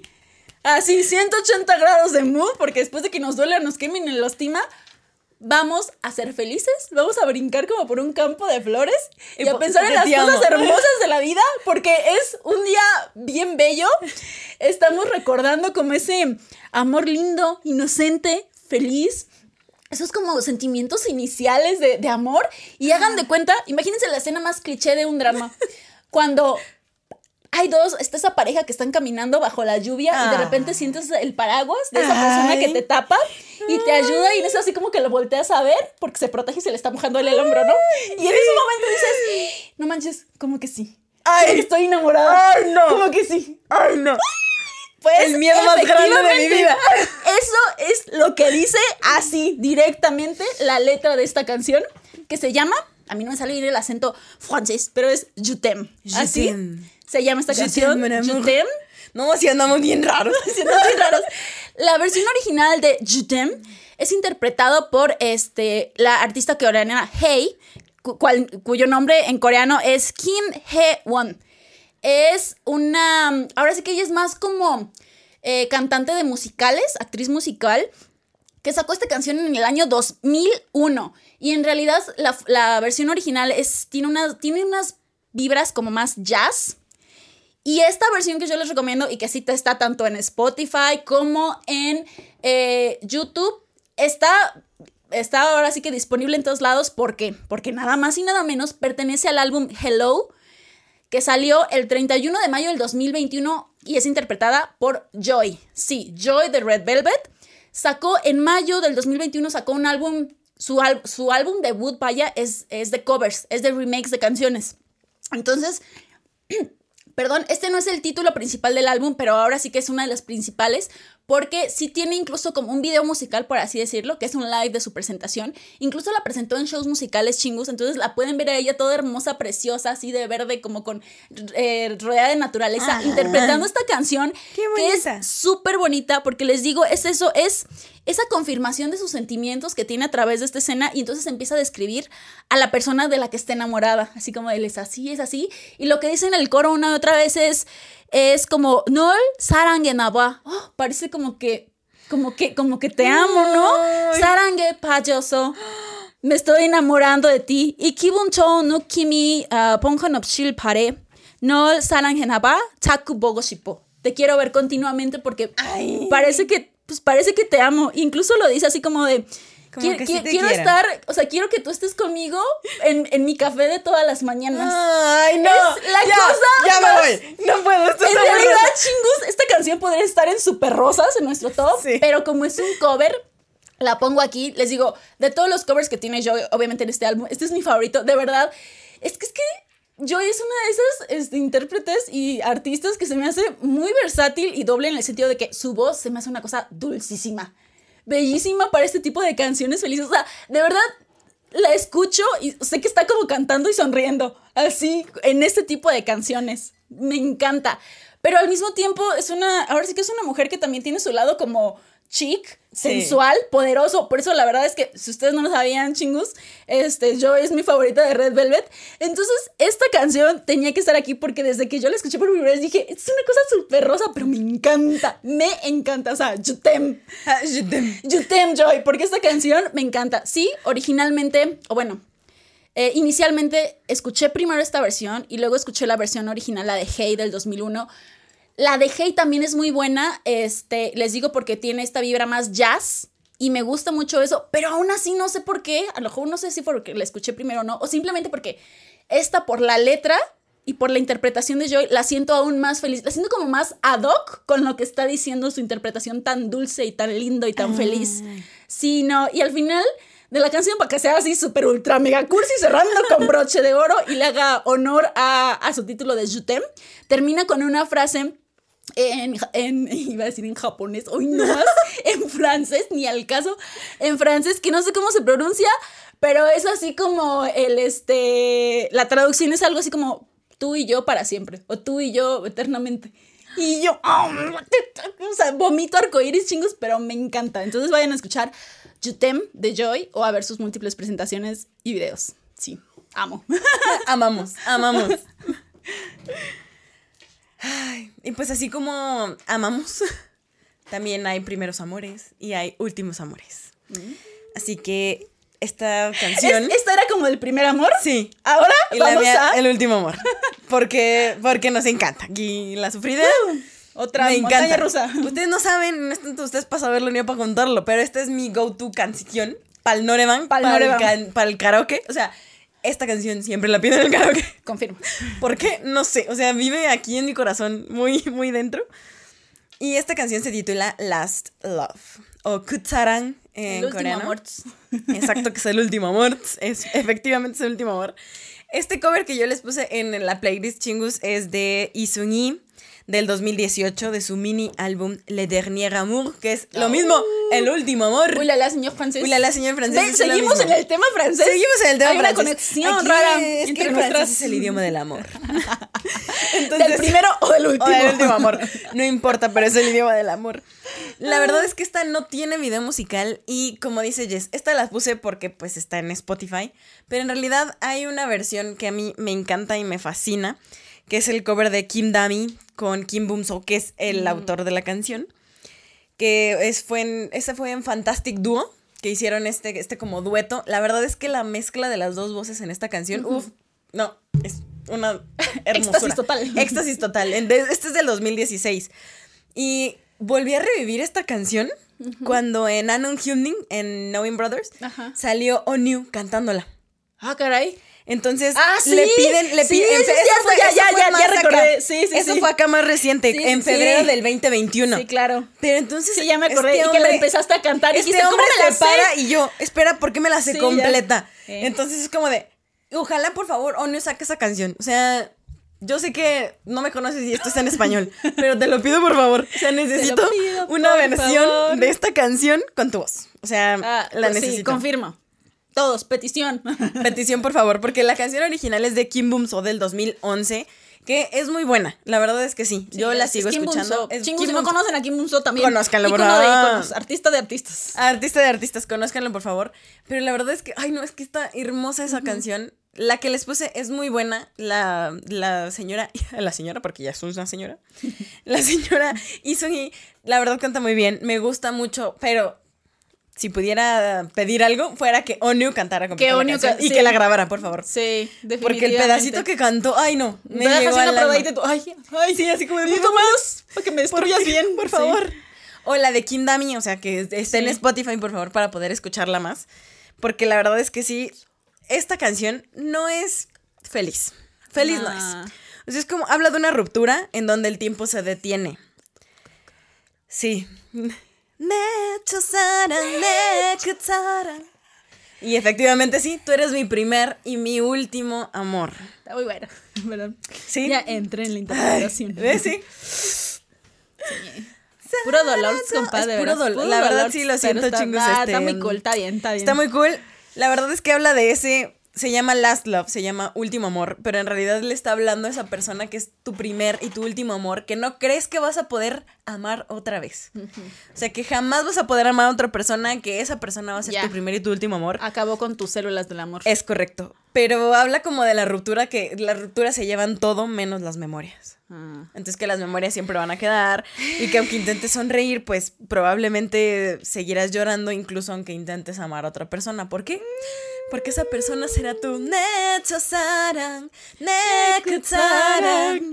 S2: 180 grados de mood, porque después de que nos duele, nos quemen el lastima, vamos a ser felices, vamos a brincar como por un campo de flores y a pensar en las cosas hermosas de la vida, porque es un día bien bello. Estamos recordando como ese amor lindo, inocente, feliz, esos como sentimientos iniciales de amor. Y hagan de cuenta, imagínense la escena más cliché de un drama, cuando está esa pareja que están caminando bajo la lluvia y de repente sientes el paraguas de esa persona que te tapa y te ayuda, y en eso así como que lo volteas a ver porque se protege y se le está mojando el hombro, ¿no? Y en ese momento dices, no manches, como que sí. Ay, estoy enamorada.
S1: Ay, no.
S2: Como que sí.
S1: Ay, no.
S2: Pues,
S1: el miedo más grande de mi vida.
S2: Eso es lo que dice así directamente la letra de esta canción, que se llama, a mí no me sale bien el acento francés, pero es Je t'aime. Así se llama esta canción. Je t'aime.
S1: No, si andamos bien raros.
S2: La versión original de Je t'aime es interpretado por la artista coreana Hey, cuyo nombre en coreano es Kim Hye-won. Es ahora sí que ella es más como cantante de musicales, actriz musical, que sacó esta canción en el año 2001. Y en realidad la versión original tiene unas vibras como más jazz. Y esta versión que yo les recomiendo, y que sí está tanto en Spotify como en YouTube, está ahora sí que disponible en todos lados. ¿Por qué? Porque nada más y nada menos pertenece al álbum Hello, que salió el 31 de mayo del 2021 y es interpretada por Joy. Sí, Joy de Red Velvet. sacó en mayo del 2021, sacó un álbum, su álbum debut, vaya, es de covers, es de remakes de canciones. Entonces, perdón, este no es el título principal del álbum, pero ahora sí que es una de las principales, porque sí tiene incluso como un video musical, por así decirlo, que es un live de su presentación. Incluso la presentó en shows musicales chingus, entonces la pueden ver a ella toda hermosa, preciosa, así de verde, como con rodeada de naturaleza, interpretando esta canción, que es súper bonita, porque les digo, es eso, es esa confirmación de sus sentimientos que tiene a través de esta escena, y entonces empieza a describir a la persona de la que está enamorada, así como él es así, y lo que dice en el coro una y otra vez es como 널 사랑했나 봐. Parece como que te amo, ¿no? 사랑에 빠져서 me estoy enamorando de ti. 이 기분 좋은 느낌이 번거롭길 바래. 널 사랑했나 봐. 자꾸 보고 싶어. Te quiero ver continuamente porque parece que te amo. Incluso lo dice así como de quiero estar, o sea, quiero que tú estés conmigo en mi café de todas las mañanas.
S1: Ay, no.
S2: Es la cosa
S1: ya me voy. No puedo. Esto
S2: en realidad, chingus, esta canción podría estar en Super Rosas, en nuestro top, sí. Pero como es un cover, la pongo aquí. Les digo, de todos los covers que tiene Joy, obviamente en este álbum, este es mi favorito, de verdad. Es que Joy es una de esas intérpretes y artistas que se me hace muy versátil y doble en el sentido de que su voz se me hace una cosa dulcísima. Bellísima para este tipo de canciones felices. O sea, de verdad, la escucho y sé que está como cantando y sonriendo. Así, en este tipo de canciones. Me encanta. Pero al mismo tiempo, ahora sí que es una mujer que también tiene su lado como chic, sensual, poderoso. Por eso la verdad es que, si ustedes no lo sabían, chingus, yo es mi favorita de Red Velvet. Entonces, esta canción tenía que estar aquí porque desde que yo la escuché por primera vez dije, es una cosa súper rosa, pero me encanta. O sea, je t'aime, Joy, porque esta canción me encanta. Sí, originalmente, o bueno, inicialmente escuché primero esta versión y luego escuché la versión original, la de Hey del 2001. La de Hey también es muy buena, les digo porque tiene esta vibra más jazz y me gusta mucho eso, pero aún así no sé por qué, a lo mejor no sé si porque la escuché primero o no, o simplemente porque esta por la letra y por la interpretación de Joy la siento aún más feliz, la siento como más ad hoc con lo que está diciendo su interpretación tan dulce y tan lindo y tan feliz. Sí, no, y al final de la canción, para que sea así súper ultra mega cursi, cerrando con broche de oro y le haga honor a su título de Je t'aime, termina con una frase iba a decir en japonés, hoy no más, en francés, ni al caso, en francés, que no sé cómo se pronuncia, pero es así como la traducción es algo así como tú y yo para siempre, o tú y yo eternamente. Y yo, o sea, vomito arcoíris, chingos, pero me encanta. Entonces vayan a escuchar Je t'aime de Joy o a ver sus múltiples presentaciones y videos. Sí, amo.
S1: Amamos. Ay, y pues así como amamos, también hay primeros amores y hay últimos amores. Así que esta canción...
S2: ¿Esta era como el primer amor?
S1: Sí.
S2: Ahora
S1: y
S2: vamos
S1: la mía,
S2: a...
S1: el último amor. Porque nos encanta. Y la sufrida...
S2: Otra
S1: me
S2: montaña
S1: encanta.
S2: rusa.
S1: Ustedes no saben, no es tanto ustedes para saberlo ni para contarlo, pero esta es mi go-to canción para el Noreban, para el karaoke. O sea, esta canción siempre la pido en el karaoke.
S2: Confirmo.
S1: ¿Por qué? No sé. O sea, vive aquí en mi corazón muy, muy dentro. Y esta canción se titula Last Love. O Kutsarang en coreano. Exacto, que es el último amor. Efectivamente es el último amor. Este cover que yo les puse en la playlist chingus es de Lee Seung-gi del 2018 de su mini álbum Le Dernier Amour, que es lo mismo, el último amor.
S2: Uy, la señor francés.
S1: Uy, la señor francés.
S2: Seguimos en el tema francés.
S1: Hay
S2: una conexión aquí rara
S1: es entre que el francés es el idioma del amor.
S2: Entonces, ¿del primero o del último?
S1: O del último amor. No importa, pero es el idioma del amor. La verdad es que esta no tiene video musical y como dice Jess, esta la puse porque pues está en Spotify, pero en realidad hay una versión que a mí me encanta y me fascina, que es el cover de Kim Dami con Kim Bum-so, que es el autor de la canción, que fue en Fantastic Duo, que hicieron este como dueto. La verdad es que la mezcla de las dos voces en esta canción, es una hermosura. Éxtasis total. Este es del 2016. Y volví a revivir esta canción cuando en Anon Hyunding, en Knowing Brothers, salió Onyu cantándola.
S2: Ah, caray.
S1: Entonces
S2: sí,
S1: le piden,
S2: sí,
S1: eso fue
S2: ya
S1: más
S2: recordé.
S1: acá.
S2: Sí,
S1: Eso fue acá más reciente,
S2: Sí,
S1: en
S2: sí,
S1: febrero
S2: sí.
S1: del 2021.
S2: Sí, claro.
S1: Pero entonces
S2: Sí, ya me acordé.
S1: este
S2: y que la
S1: hombre-
S2: empezaste a cantar y
S1: Este
S2: dijiste, ¿cómo
S1: hombre
S2: me la
S1: se para
S2: sé?
S1: y yo, espera, ¿por qué me la sé
S2: Sí,
S1: completa?
S2: ya.
S1: Entonces es como de, ojalá por favor Onio saque esa canción. O sea, yo sé que no me conoces y esto está en español, pero te lo pido por favor. O sea, necesito
S2: pido,
S1: una
S2: por
S1: versión
S2: favor.
S1: de esta canción con tu voz. O sea, la
S2: pues
S1: necesito.
S2: Sí, confirmo. Todos, petición.
S1: Petición, por favor, porque la canción original es de Kim Bum-so del 2011, que es muy buena. La verdad es que sí. Yo la sigo escuchando. Es
S2: Chingus, si
S1: Kim
S2: no
S1: Bum-so.
S2: conocen a Kim Bum-so también.
S1: Conózcanlo, por
S2: Ícono de
S1: favor.
S2: íconos, artista de artistas.
S1: Artista de artistas, conózcanlo, por favor. Pero la verdad es que, ay, no, es que está hermosa esa canción. La que les puse es muy buena. La señora, porque ya es una señora. La señora Isungi, la verdad canta muy bien. Me gusta mucho, pero si pudiera pedir algo, fuera que Onyu cantara completa la canción y
S2: sí.
S1: que la grabara, por favor.
S2: Sí, definitivamente.
S1: Porque el pedacito que cantó, ay, no, me
S2: dejas
S1: llegó
S2: una
S1: al alma.
S2: probadita y tú, ay,
S1: Sí, así como de,
S2: necesito más, para que me destruyas bien.
S1: por
S2: Sí.
S1: favor. O la de Kim Dami, o sea, que esté en
S2: Sí.
S1: Spotify, por favor, para poder escucharla más. Porque la verdad es que sí, esta canción no es feliz. Feliz no es. O sea, es como, habla de una ruptura en donde el tiempo se detiene. Sí. Y efectivamente sí, tú eres mi primer y mi último amor.
S2: Está muy bueno, ¿verdad?
S1: Sí.
S2: Ya entré en la interpretación.
S1: ¿Ves? Sí.
S2: Puro dolor, compadre.
S1: Es puro dolor. La verdad sí lo siento, chingos.
S2: Está muy cool, está bien.
S1: Está muy cool. La verdad es que habla de ese, se llama Last Love, se llama Último Amor, pero en realidad le está hablando a esa persona que es tu primer y tu último amor, que no crees que vas a poder amar otra vez. O sea, que jamás vas a poder amar a otra persona, que esa persona va a ser
S2: Ya.
S1: tu primer y tu último amor.
S2: Acabó con tus células del amor.
S1: Es correcto. Pero habla como de la ruptura, que las rupturas se llevan todo menos las memorias. Entonces que las memorias siempre van a quedar y que aunque intentes sonreír, pues probablemente seguirás llorando incluso aunque intentes amar a otra persona. ¿Por qué? Porque esa persona será tu Necho Sarang, Sarang,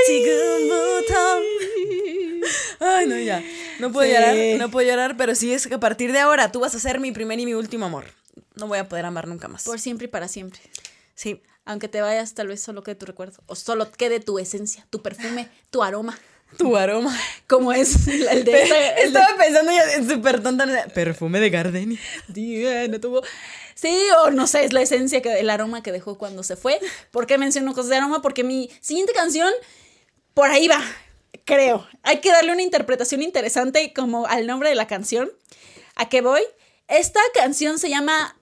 S1: Ay, no, ya. No puedo llorar, pero sí es que a partir de ahora tú vas a ser mi primer y mi último amor. No voy a poder amar nunca más.
S2: Por siempre y para siempre.
S1: Sí.
S2: Aunque te vayas, tal vez solo quede tu recuerdo. O solo quede tu esencia, tu perfume, tu aroma.
S1: Tu aroma.
S2: Como es el de
S1: Estaba pensando ya súper tonta. Perfume de gardenia.
S2: Sí, o no sé, es la esencia, el aroma que dejó cuando se fue. ¿Por qué menciono cosas de aroma? Porque mi siguiente canción, por ahí va, creo. Hay que darle una interpretación interesante como al nombre de la canción. ¿A qué voy? Esta canción se llama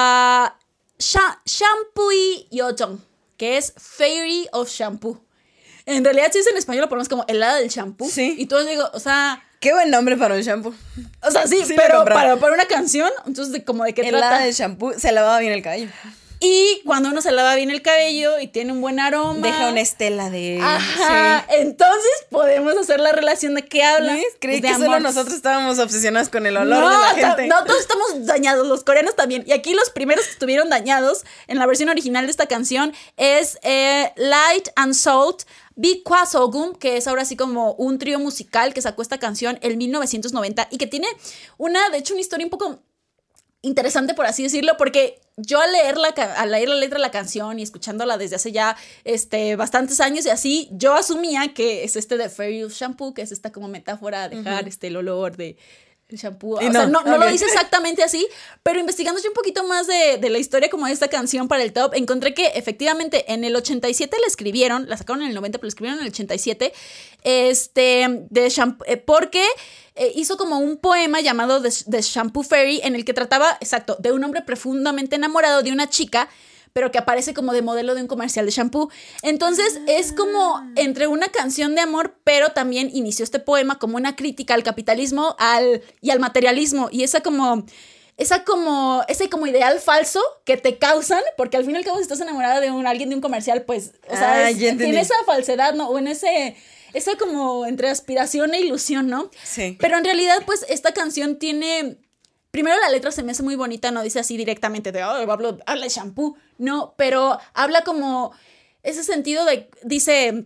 S2: Shampoo y Yojong, que es Fairy of Shampoo. En realidad, si es en español, lo ponemos como el hada del shampoo.
S1: Sí.
S2: Y todos digo, o sea...
S1: Qué buen nombre para un shampoo.
S2: O sea, sí,
S1: Sí,
S2: pero para una canción, entonces, como de qué
S1: El
S2: trata.
S1: hada del shampoo se lavaba bien el cabello.
S2: Y cuando uno se lava bien el cabello y tiene un buen aroma...
S1: Deja una estela de...
S2: Ajá,
S1: Sí.
S2: entonces podemos hacer la relación de qué habla.
S1: ¿Ves? Creí
S2: Pues de
S1: que solo
S2: amor.
S1: nosotros estábamos obsesionados con el olor de la gente.
S2: No, todos estamos dañados, los coreanos también. Y aquí los primeros que estuvieron dañados en la versión original de esta canción es Light and Salt, Big Kwa Sogum, que es ahora sí como un trío musical que sacó esta canción en 1990 y que tiene de hecho, una historia un poco interesante, por así decirlo, porque yo al leer la letra de la canción y escuchándola desde hace ya bastantes años y así, yo asumía que es de Fairy of Shampoo, que es esta como metáfora de dejar el olor de el shampoo. O sea, no lo dice exactamente así, pero investigando yo un poquito más de la historia como de esta canción para el top, encontré que efectivamente en el 87 la escribieron, la sacaron en el 90, pero la escribieron en el 87, de shampoo, porque hizo como un poema llamado The Shampoo Fairy, en el que trataba, exacto, de un hombre profundamente enamorado de una chica, pero que aparece como de modelo de un comercial de shampoo. Entonces es como entre una canción de amor, pero también inició este poema como una crítica al capitalismo y al materialismo. Y ese como ideal falso que te causan, porque al fin y al cabo si estás enamorada de alguien de un comercial, pues, o sea, tiene esa falsedad, ¿no? O en esa como entre aspiración e ilusión, ¿no?
S1: Sí.
S2: Pero en realidad, pues, esta canción tiene... Primero la letra se me hace muy bonita, no dice así directamente de, habla de shampoo, no, pero habla como ese sentido de, dice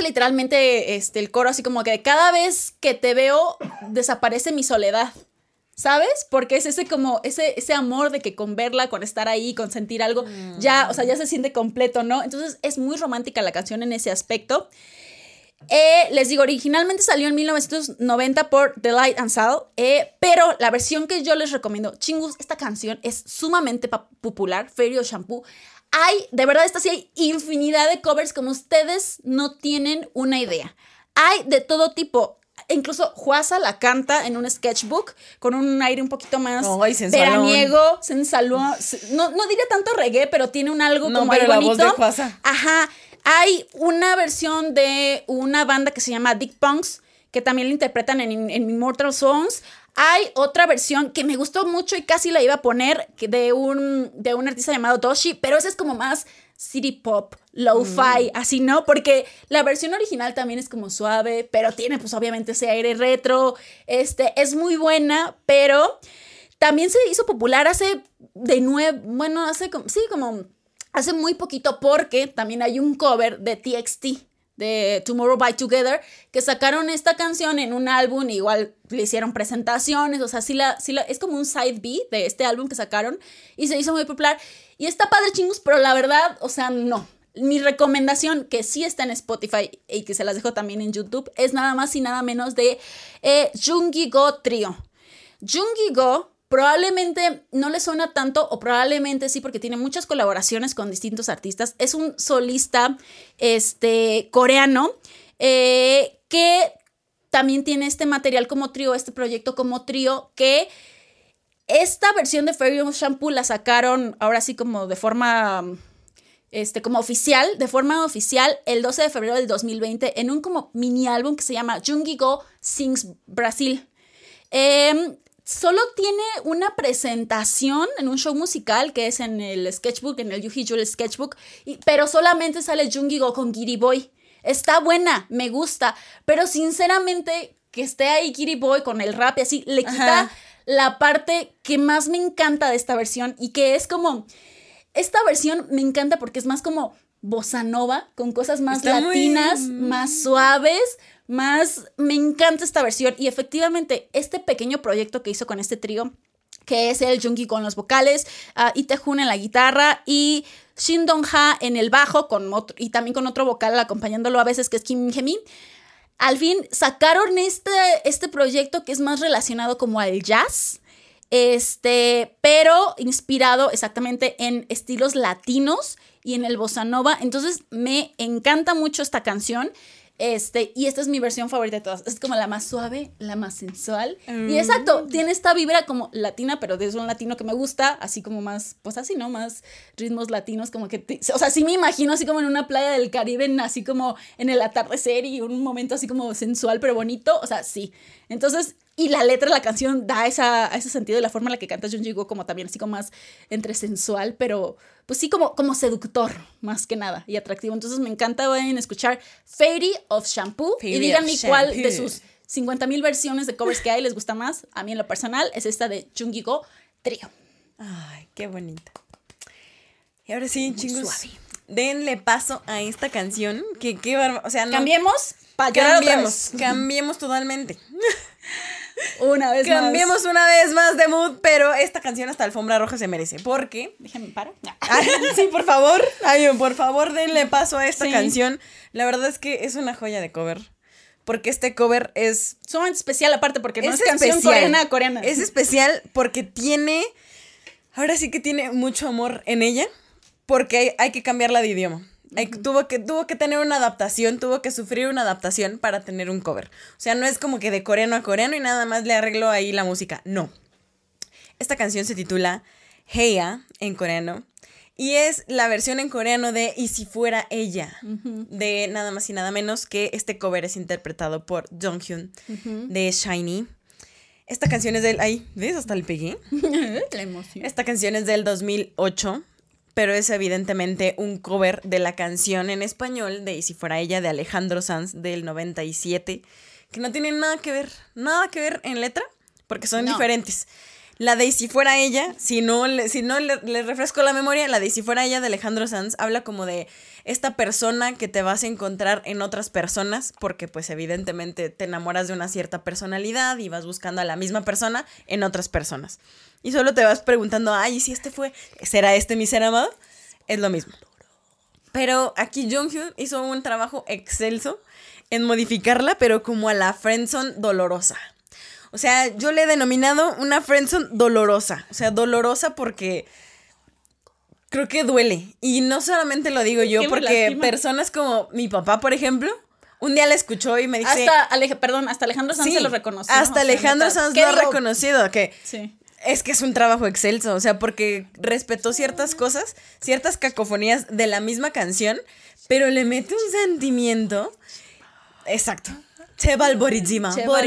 S2: literalmente el coro así como que cada vez que te veo desaparece mi soledad, ¿sabes? Porque es ese como, ese amor de que con verla, con estar ahí, con sentir algo, ya, o sea, ya se siente completo, ¿no? Entonces es muy romántica la canción en ese aspecto. Les digo, originalmente salió en 1990 por The Light and Sound, pero la versión que yo les recomiendo, chingus, esta canción es sumamente popular, Fairy of Shampoo. Hay, de verdad, esta sí hay infinidad de covers como ustedes no tienen una idea. Hay de todo tipo. Incluso Juasa la canta en un sketchbook con un aire un poquito más veraniego, sensualón. No diría tanto reggae, pero tiene un algo como
S1: pero
S2: ahí bonito.
S1: La voz de Juasa.
S2: Ajá. Hay una versión de una banda que se llama Dick Punks, que también la interpretan en Immortal Songs. Hay otra versión que me gustó mucho y casi la iba a poner de un artista llamado Doshi, pero esa es como más city pop, lo-fi, así, ¿no? Porque la versión original también es como suave, pero tiene pues obviamente ese aire retro. Es muy buena, pero también se hizo popular hace muy poquito, porque también hay un cover de TXT, de Tomorrow by Together, que sacaron esta canción en un álbum, igual le hicieron presentaciones, o sea, es como un side B de este álbum que sacaron y se hizo muy popular. Y está padre, chingus, pero la verdad, o sea, no. Mi recomendación, que sí está en Spotify y que se las dejo también en YouTube, es nada más y nada menos de Jungi-go Trio. Jungi-go probablemente no le suena tanto, o probablemente sí, porque tiene muchas colaboraciones con distintos artistas. Es un solista coreano que también tiene este material como trío, este proyecto como trío, que esta versión de Fairy of Shampoo la sacaron ahora sí como de forma como oficial, el 12 de febrero del 2020 en un como mini álbum que se llama Jungi-go Sings Brasil. Solo tiene una presentación en un show musical que es en el sketchbook, en el Yuhi Jewel sketchbook, pero solamente sale Jungi-go con Giri Boy. Está buena, me gusta, pero sinceramente que esté ahí Giri Boy con el rap y así, le quita la parte que más me encanta de esta versión, y que es como, esta versión me encanta porque es más como bossa nova, con cosas más latinas, más suaves, me encanta esta versión. Y efectivamente, este pequeño proyecto que hizo con este trío, que es el Jungi con los vocales, Lee Tae-hoon en la guitarra y Shin Dong-ha en el bajo, y también con otro vocal acompañándolo a veces, que es Kim Jae-min. Al fin sacaron este proyecto que es más relacionado como al jazz, pero inspirado exactamente en estilos latinos y en el bossa nova. Entonces me encanta mucho esta canción. Y esta es mi versión favorita de todas. Es como la más suave, la más sensual. Y exacto, tiene esta vibra como latina, pero es un latino que me gusta, así como más, pues así, ¿no? Más ritmos latinos, como que, o sea, sí me imagino así como en una playa del Caribe, así como en el atardecer y un momento así como sensual, pero bonito. O sea, sí. Entonces, y la letra de la canción da ese sentido, y la forma en la que canta Jungi-go como también así como más entre sensual, pero pues sí como seductor, más que nada, y atractivo. Entonces me encanta, vayan a escuchar Fairy of Shampoo y díganme cuál de sus 50,000 versiones de covers que hay les gusta más. A mí en lo personal es esta de Jungi-go Trio.
S1: Ay, qué bonita. Y ahora sí, chicos, denle paso a esta canción, que qué bárbaro, o sea, no.
S2: Cambiemos
S1: totalmente.
S2: Cambiemos
S1: una vez más de mood, pero esta canción hasta alfombra roja se merece, porque...
S2: Déjame paro.
S1: Sí, por favor. Ay, por favor, denle paso a esta canción. La verdad es que es una joya de cover, porque este cover es...
S2: sumamente especial, aparte porque no es canción coreana.
S1: Es especial porque tiene... ahora sí que tiene mucho amor en ella, porque hay que cambiarla de idioma. Tuvo que tener una adaptación, tuvo que sufrir una adaptación para tener un cover. O sea, no es como que de coreano a coreano y nada más le arreglo ahí la música. No. Esta canción se titula Heya en coreano y es la versión en coreano de Y si fuera ella, de nada más y nada menos que este cover es interpretado por Jonghyun de SHINee. Esta canción es del... Ay, ¿ves? Hasta le pegué.
S2: La emoción.
S1: Esta canción es del 2008. Pero es evidentemente un cover de la canción en español de Y si fuera ella de Alejandro Sanz del 97, que no tiene nada que ver en letra, porque son diferentes. La de Y si fuera ella, si no le refresco la memoria, la de Y si fuera ella de Alejandro Sanz habla como de esta persona que te vas a encontrar en otras personas, porque pues evidentemente te enamoras de una cierta personalidad y vas buscando a la misma persona en otras personas. Y solo te vas preguntando, ay, ¿y si será este mi ser amado? Es lo mismo. Pero aquí Jonghyun hizo un trabajo excelso en modificarla, pero como a la friendzone dolorosa. O sea, yo le he denominado una friendzone dolorosa. O sea, dolorosa porque creo que duele. Y no solamente lo digo yo, porque personas como mi papá, por ejemplo, un día la escuchó y me dice...
S2: Hasta Alejandro Sanz se lo reconoció.
S1: Hasta Alejandro Sanz lo ha reconocido, que
S2: sí.
S1: Es que es un trabajo excelso. O sea, porque respetó ciertas cosas, ciertas cacofonías de la misma canción, pero le mete un sentimiento... Exacto. Cheval Borijima.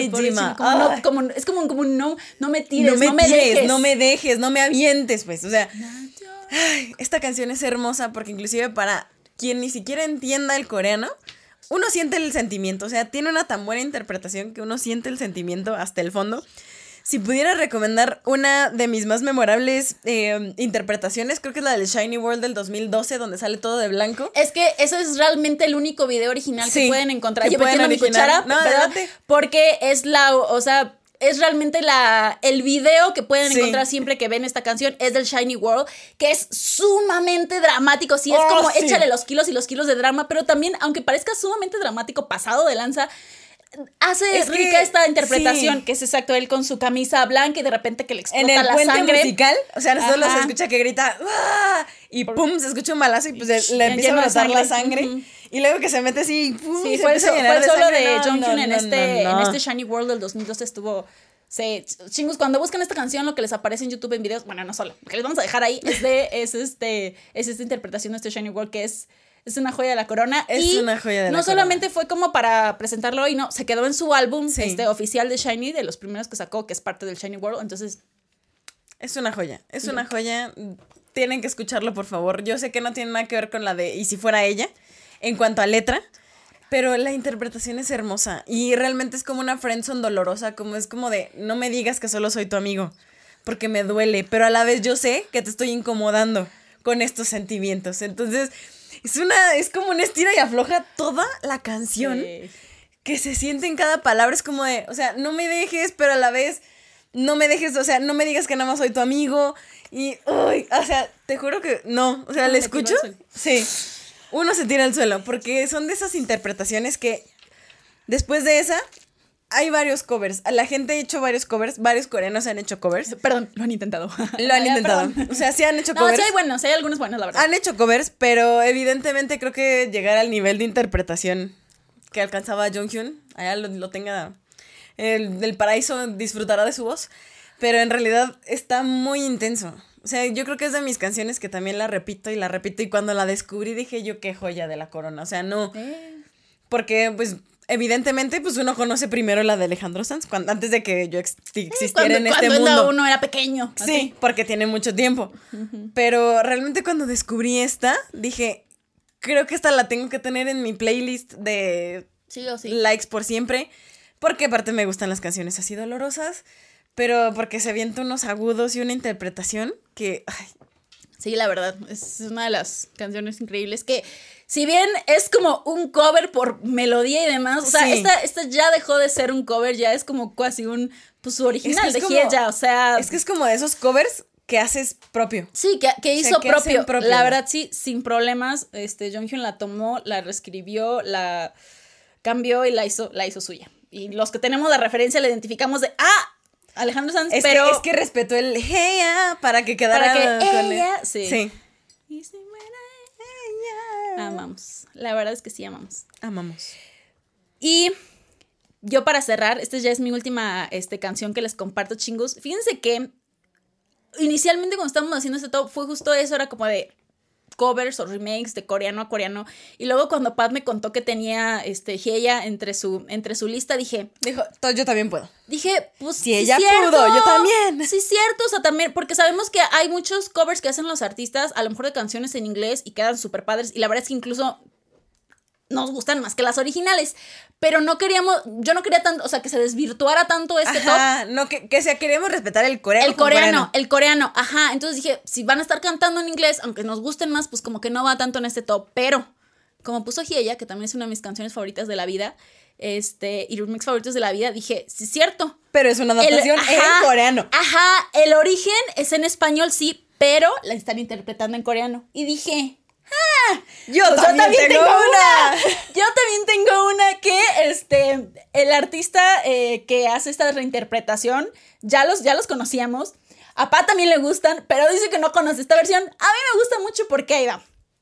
S2: Es como no me tires, no me dejes.
S1: No me avientes, pues. O sea, esta canción es hermosa porque inclusive para quien ni siquiera entienda el coreano, uno siente el sentimiento. O sea, tiene una tan buena interpretación que uno siente el sentimiento hasta el fondo. Si pudiera recomendar una de mis más memorables interpretaciones, creo que es la del Shiny World del 2012, donde sale todo de blanco.
S2: Es que eso es realmente el único video original que pueden encontrar. Yo metiendo mi cuchara,
S1: no, adelante.
S2: Porque es es realmente el video que pueden encontrar siempre que ven esta canción, es del Shiny World, que es sumamente dramático. Sí, es como échale los kilos y los kilos de drama, pero también, aunque parezca sumamente dramático, pasado de lanza, hace rica esta interpretación, que es exacto, él con su camisa blanca y de repente que le explota la sangre. En el puente
S1: musical, o sea, solo se escucha que grita ¡ah! Y pum, se escucha un balazo y pues le empieza a brotar la sangre. Y luego que se mete así, pum,
S2: sí, fue el solo de Jonghyun en este Shiny World del 2012 estuvo... Chingus, cuando buscan esta canción, lo que les aparece en YouTube en videos, bueno, no solo, que les vamos a dejar ahí, es esta interpretación de este Shiny World que es una joya de la corona.
S1: Es una joya de la corona.
S2: No solamente fue como para presentarlo hoy, no, se quedó en su álbum oficial de Shiny, de los primeros que sacó, que es parte del Shiny World, entonces...
S1: Es una joya, tienen que escucharlo, por favor. Yo sé que no tiene nada que ver con la de Y si fuera ella, en cuanto a letra, pero la interpretación es hermosa y realmente es como una friendzone dolorosa, es como de, no me digas que solo soy tu amigo, porque me duele, pero a la vez yo sé que te estoy incomodando con estos sentimientos, entonces... Es como una estira y afloja toda la canción que se siente en cada palabra. Es como de, o sea, no me dejes, pero a la vez no me dejes, o sea, no me digas que nada más soy tu amigo. Y, uy, o sea, te juro que no. O sea, ¿le escucho? Sí. Uno se tira al suelo porque son de esas interpretaciones que después de esa... Hay varios covers. La gente ha hecho varios covers. Varios coreanos han hecho covers.
S2: Perdón, lo han intentado.
S1: Lo han intentado. Perdón. O sea, sí han hecho covers.
S2: No, sí hay algunos buenos, la verdad.
S1: Han hecho covers, pero evidentemente creo que llegar al nivel de interpretación que alcanzaba Jonghyun, allá lo tenga del paraíso, disfrutará de su voz. Pero en realidad está muy intenso. O sea, yo creo que es de mis canciones que también la repito. Y cuando la descubrí dije yo, qué joya de la corona. O sea, no. Porque, pues... Evidentemente, pues uno conoce primero la de Alejandro Sanz, antes de que yo existiera en este mundo.
S2: Cuando uno era pequeño.
S1: Así. Sí, porque tiene mucho tiempo. Pero realmente cuando descubrí esta, dije, creo que esta la tengo que tener en mi playlist de likes por siempre. Porque aparte me gustan las canciones así dolorosas, pero porque se avienta unos agudos y una interpretación que... Ay.
S2: Sí, la verdad, es una de las canciones increíbles que... Si bien es como un cover por melodía y demás, o sea, esta ya dejó de ser un cover, ya es como casi su original de Hyeja, o sea...
S1: Es que es como de esos covers que haces propio.
S2: Sí, que hizo propio. La verdad, sí, sin problemas, Jonghyun la tomó, la reescribió, la cambió y la hizo suya. Y los que tenemos la referencia la identificamos de, Alejandro Sanz, pero...
S1: Es que respetó el Heya para que quedara
S2: con ella,
S1: sí.
S2: Y si fuera ella. Amamos. La verdad es que sí amamos. Y yo para cerrar, esta ya es mi última canción que les comparto, chingus. Fíjense que inicialmente cuando estábamos haciendo este top fue justo eso, era como de covers o remakes de coreano a coreano. Y luego cuando Pat me contó que tenía Hyeja entre su lista, dijo,
S1: yo también puedo.
S2: Dije, pues
S1: si ella pudo, yo también.
S2: Sí, cierto, o sea, también, porque sabemos que hay muchos covers que hacen los artistas, a lo mejor de canciones en inglés y quedan súper padres. Y la verdad es que incluso nos gustan más que las originales. Pero yo no quería tanto, o sea, que se desvirtuara tanto este top.
S1: No, que sea, queremos respetar el coreano.
S2: El coreano, ajá. Entonces dije, si van a estar cantando en inglés, aunque nos gusten más, pues como que no va tanto en este top. Pero, como puso Hieya, que también es una de mis canciones favoritas de la vida, y remix favoritos de la vida, dije, sí es cierto.
S1: Pero es una adaptación en coreano.
S2: Ajá, el origen es en español, sí, pero la están interpretando en coreano. Y dije,
S1: yo también tengo una.
S2: Yo también tengo una que el artista que hace esta reinterpretación, ya los conocíamos. A Pa también le gustan, pero dice que no conoce esta versión. A mí me gusta mucho porque ahí va.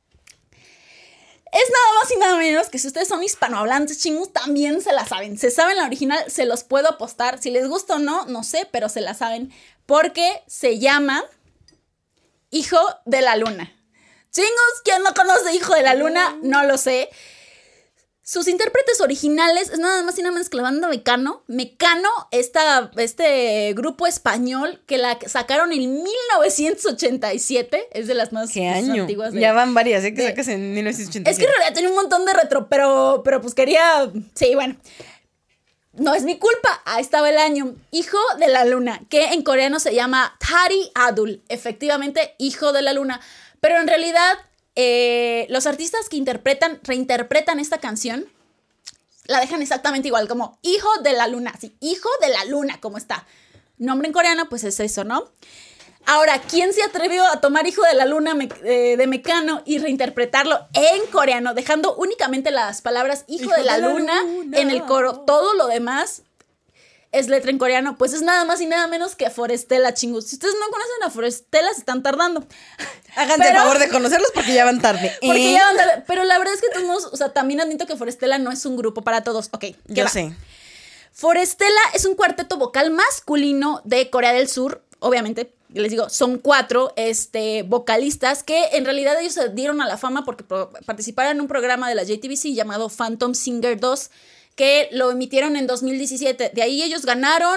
S2: Es nada más y nada menos que si ustedes son hispanohablantes, chingus, también se la saben. Se saben la original, se los puedo apostar. Si les gusta o no, no sé, pero se la saben. Porque se llama Hijo de la Luna. Chingus, ¿quién no conoce Hijo de la Luna? No lo sé. Sus intérpretes originales es nada más y nada menos que la banda Mecano. Mecano, este grupo español que la sacaron en 1987. Es de las más antiguas.
S1: Ya van varias, que sacas en 1987.
S2: Es que en realidad tiene un montón de retro, pero pues quería... Sí, bueno. No es mi culpa. Ahí estaba el año. Hijo de la Luna, que en coreano se llama Tari Adul. Efectivamente, Hijo de la Luna. Pero en realidad, los artistas que reinterpretan esta canción, la dejan exactamente igual, como Hijo de la Luna, sí, Hijo de la Luna, como está. Nombre en coreano, pues es eso, ¿no? Ahora, ¿quién se atrevió a tomar Hijo de la Luna de Mecano y reinterpretarlo en coreano, dejando únicamente las palabras Hijo de la Luna en el coro? Todo lo demás es letra en coreano, pues es nada más y nada menos que Forestella, chingus. Si ustedes no conocen a Forestella, se están tardando.
S1: Háganse el favor de conocerlos porque ya van tarde.
S2: Pero la verdad es que todos, o sea, también admito que Forestella no es un grupo para todos. Ok,
S1: yo sé.
S2: Forestella es un cuarteto vocal masculino de Corea del Sur, obviamente. Les digo, son 4 vocalistas que en realidad ellos se dieron a la fama porque participaron en un programa de la JTBC llamado Phantom Singer 2, que lo emitieron en 2017. De ahí ellos ganaron,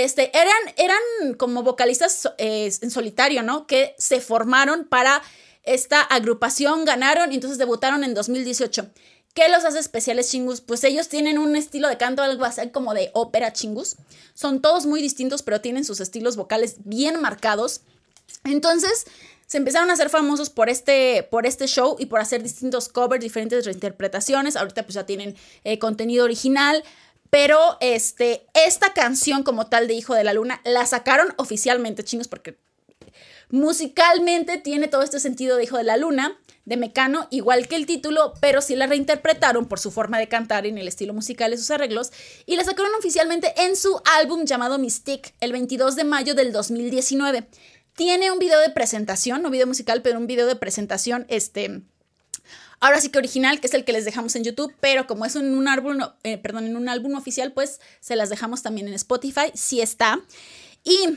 S2: eran como vocalistas en solitario, ¿no? Que se formaron para esta agrupación, ganaron y entonces debutaron en 2018. ¿Qué los hace especiales, chingus? Pues ellos tienen un estilo de canto algo así como de ópera, chingus. Son todos muy distintos, pero tienen sus estilos vocales bien marcados. Entonces se empezaron a hacer famosos por este show y por hacer distintos covers, diferentes reinterpretaciones. Ahorita pues ya tienen contenido original, pero esta canción como tal de Hijo de la Luna la sacaron oficialmente, chingos, porque musicalmente tiene todo este sentido de Hijo de la Luna, de Mecano, igual que el título, pero sí la reinterpretaron por su forma de cantar en el estilo musical de sus arreglos y la sacaron oficialmente en su álbum llamado Mystique el 22 de mayo del 2019. Tiene un video de presentación, no video musical, pero un video de presentación, ahora sí que original, que es el que les dejamos en YouTube, pero como es en un álbum oficial, pues se las dejamos también en Spotify, sí está. Y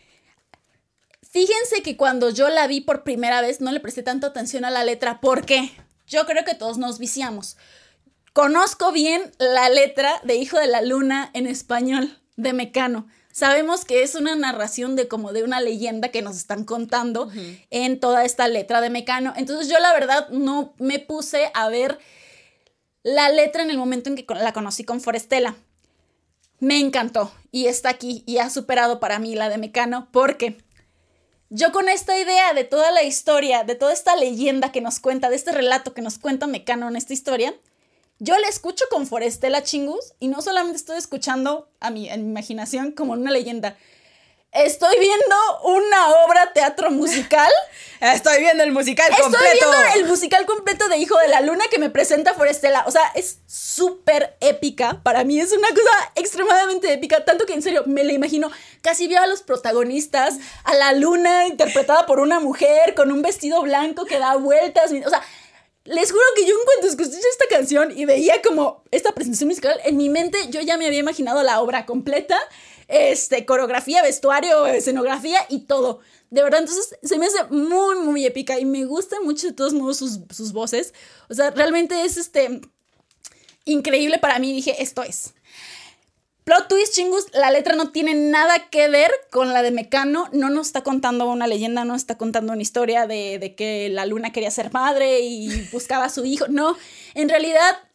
S2: fíjense que cuando yo la vi por primera vez no le presté tanta atención a la letra, porque yo creo que todos nos viciamos. Conozco bien la letra de Hijo de la Luna en español de Mecano. Sabemos que es una narración de una leyenda que nos están contando en toda esta letra de Mecano. Entonces yo la verdad no me puse a ver la letra en el momento en que la conocí con Forestella. Me encantó y está aquí y ha superado para mí la de Mecano porque yo con esta idea de toda la historia, de toda esta leyenda que nos cuenta, de este relato que nos cuenta Mecano en esta historia, yo la escucho con Forestella, chingus, y no solamente estoy escuchando en mi imaginación como una leyenda. Estoy viendo una obra teatro musical.
S1: Estoy viendo el musical completo.
S2: Estoy viendo el musical completo de Hijo de la Luna que me presenta Forestella. O sea, es súper épica. Para mí es una cosa extremadamente épica. Tanto que en serio me la imagino. Casi veo a los protagonistas, a la luna interpretada por una mujer con un vestido blanco que da vueltas. O sea, les juro que yo en cuanto escuché esta canción y veía como esta presentación musical, en mi mente yo ya me había imaginado la obra completa, coreografía, vestuario, escenografía y todo. De verdad, entonces se me hace muy, muy épica y me gusta mucho de todos modos sus voces. O sea, realmente es increíble para mí. Dije, esto es. Plot twist, chingus, la letra no tiene nada que ver con la de Mecano, no nos está contando una leyenda, no nos está contando una historia de que la luna quería ser madre y buscaba a su hijo, no, en realidad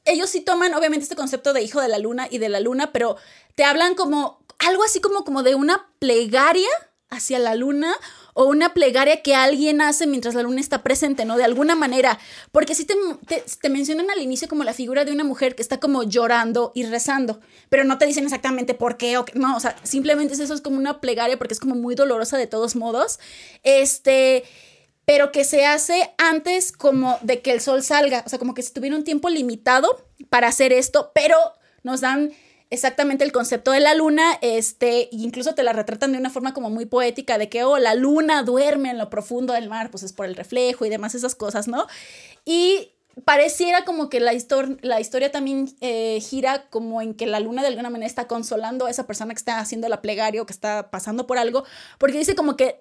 S2: ellos sí toman, obviamente, este concepto de hijo de la luna y de la luna, pero te hablan como, algo así como de una plegaria hacia la luna, o una plegaria que alguien hace mientras la luna está presente, ¿no? De alguna manera, porque sí te mencionan al inicio como la figura de una mujer que está como llorando y rezando, pero no te dicen exactamente por qué, no, o sea, simplemente eso es como una plegaria porque es como muy dolorosa de todos modos, pero que se hace antes como de que el sol salga, o sea, como que se tuviera un tiempo limitado para hacer esto, pero nos dan exactamente el concepto de la luna, incluso te la retratan de una forma como muy poética, de que, la luna duerme en lo profundo del mar, pues es por el reflejo y demás esas cosas, ¿no? Y pareciera como que la historia también gira como en que la luna de alguna manera está consolando a esa persona que está haciendo la plegaria o que está pasando por algo, porque dice como que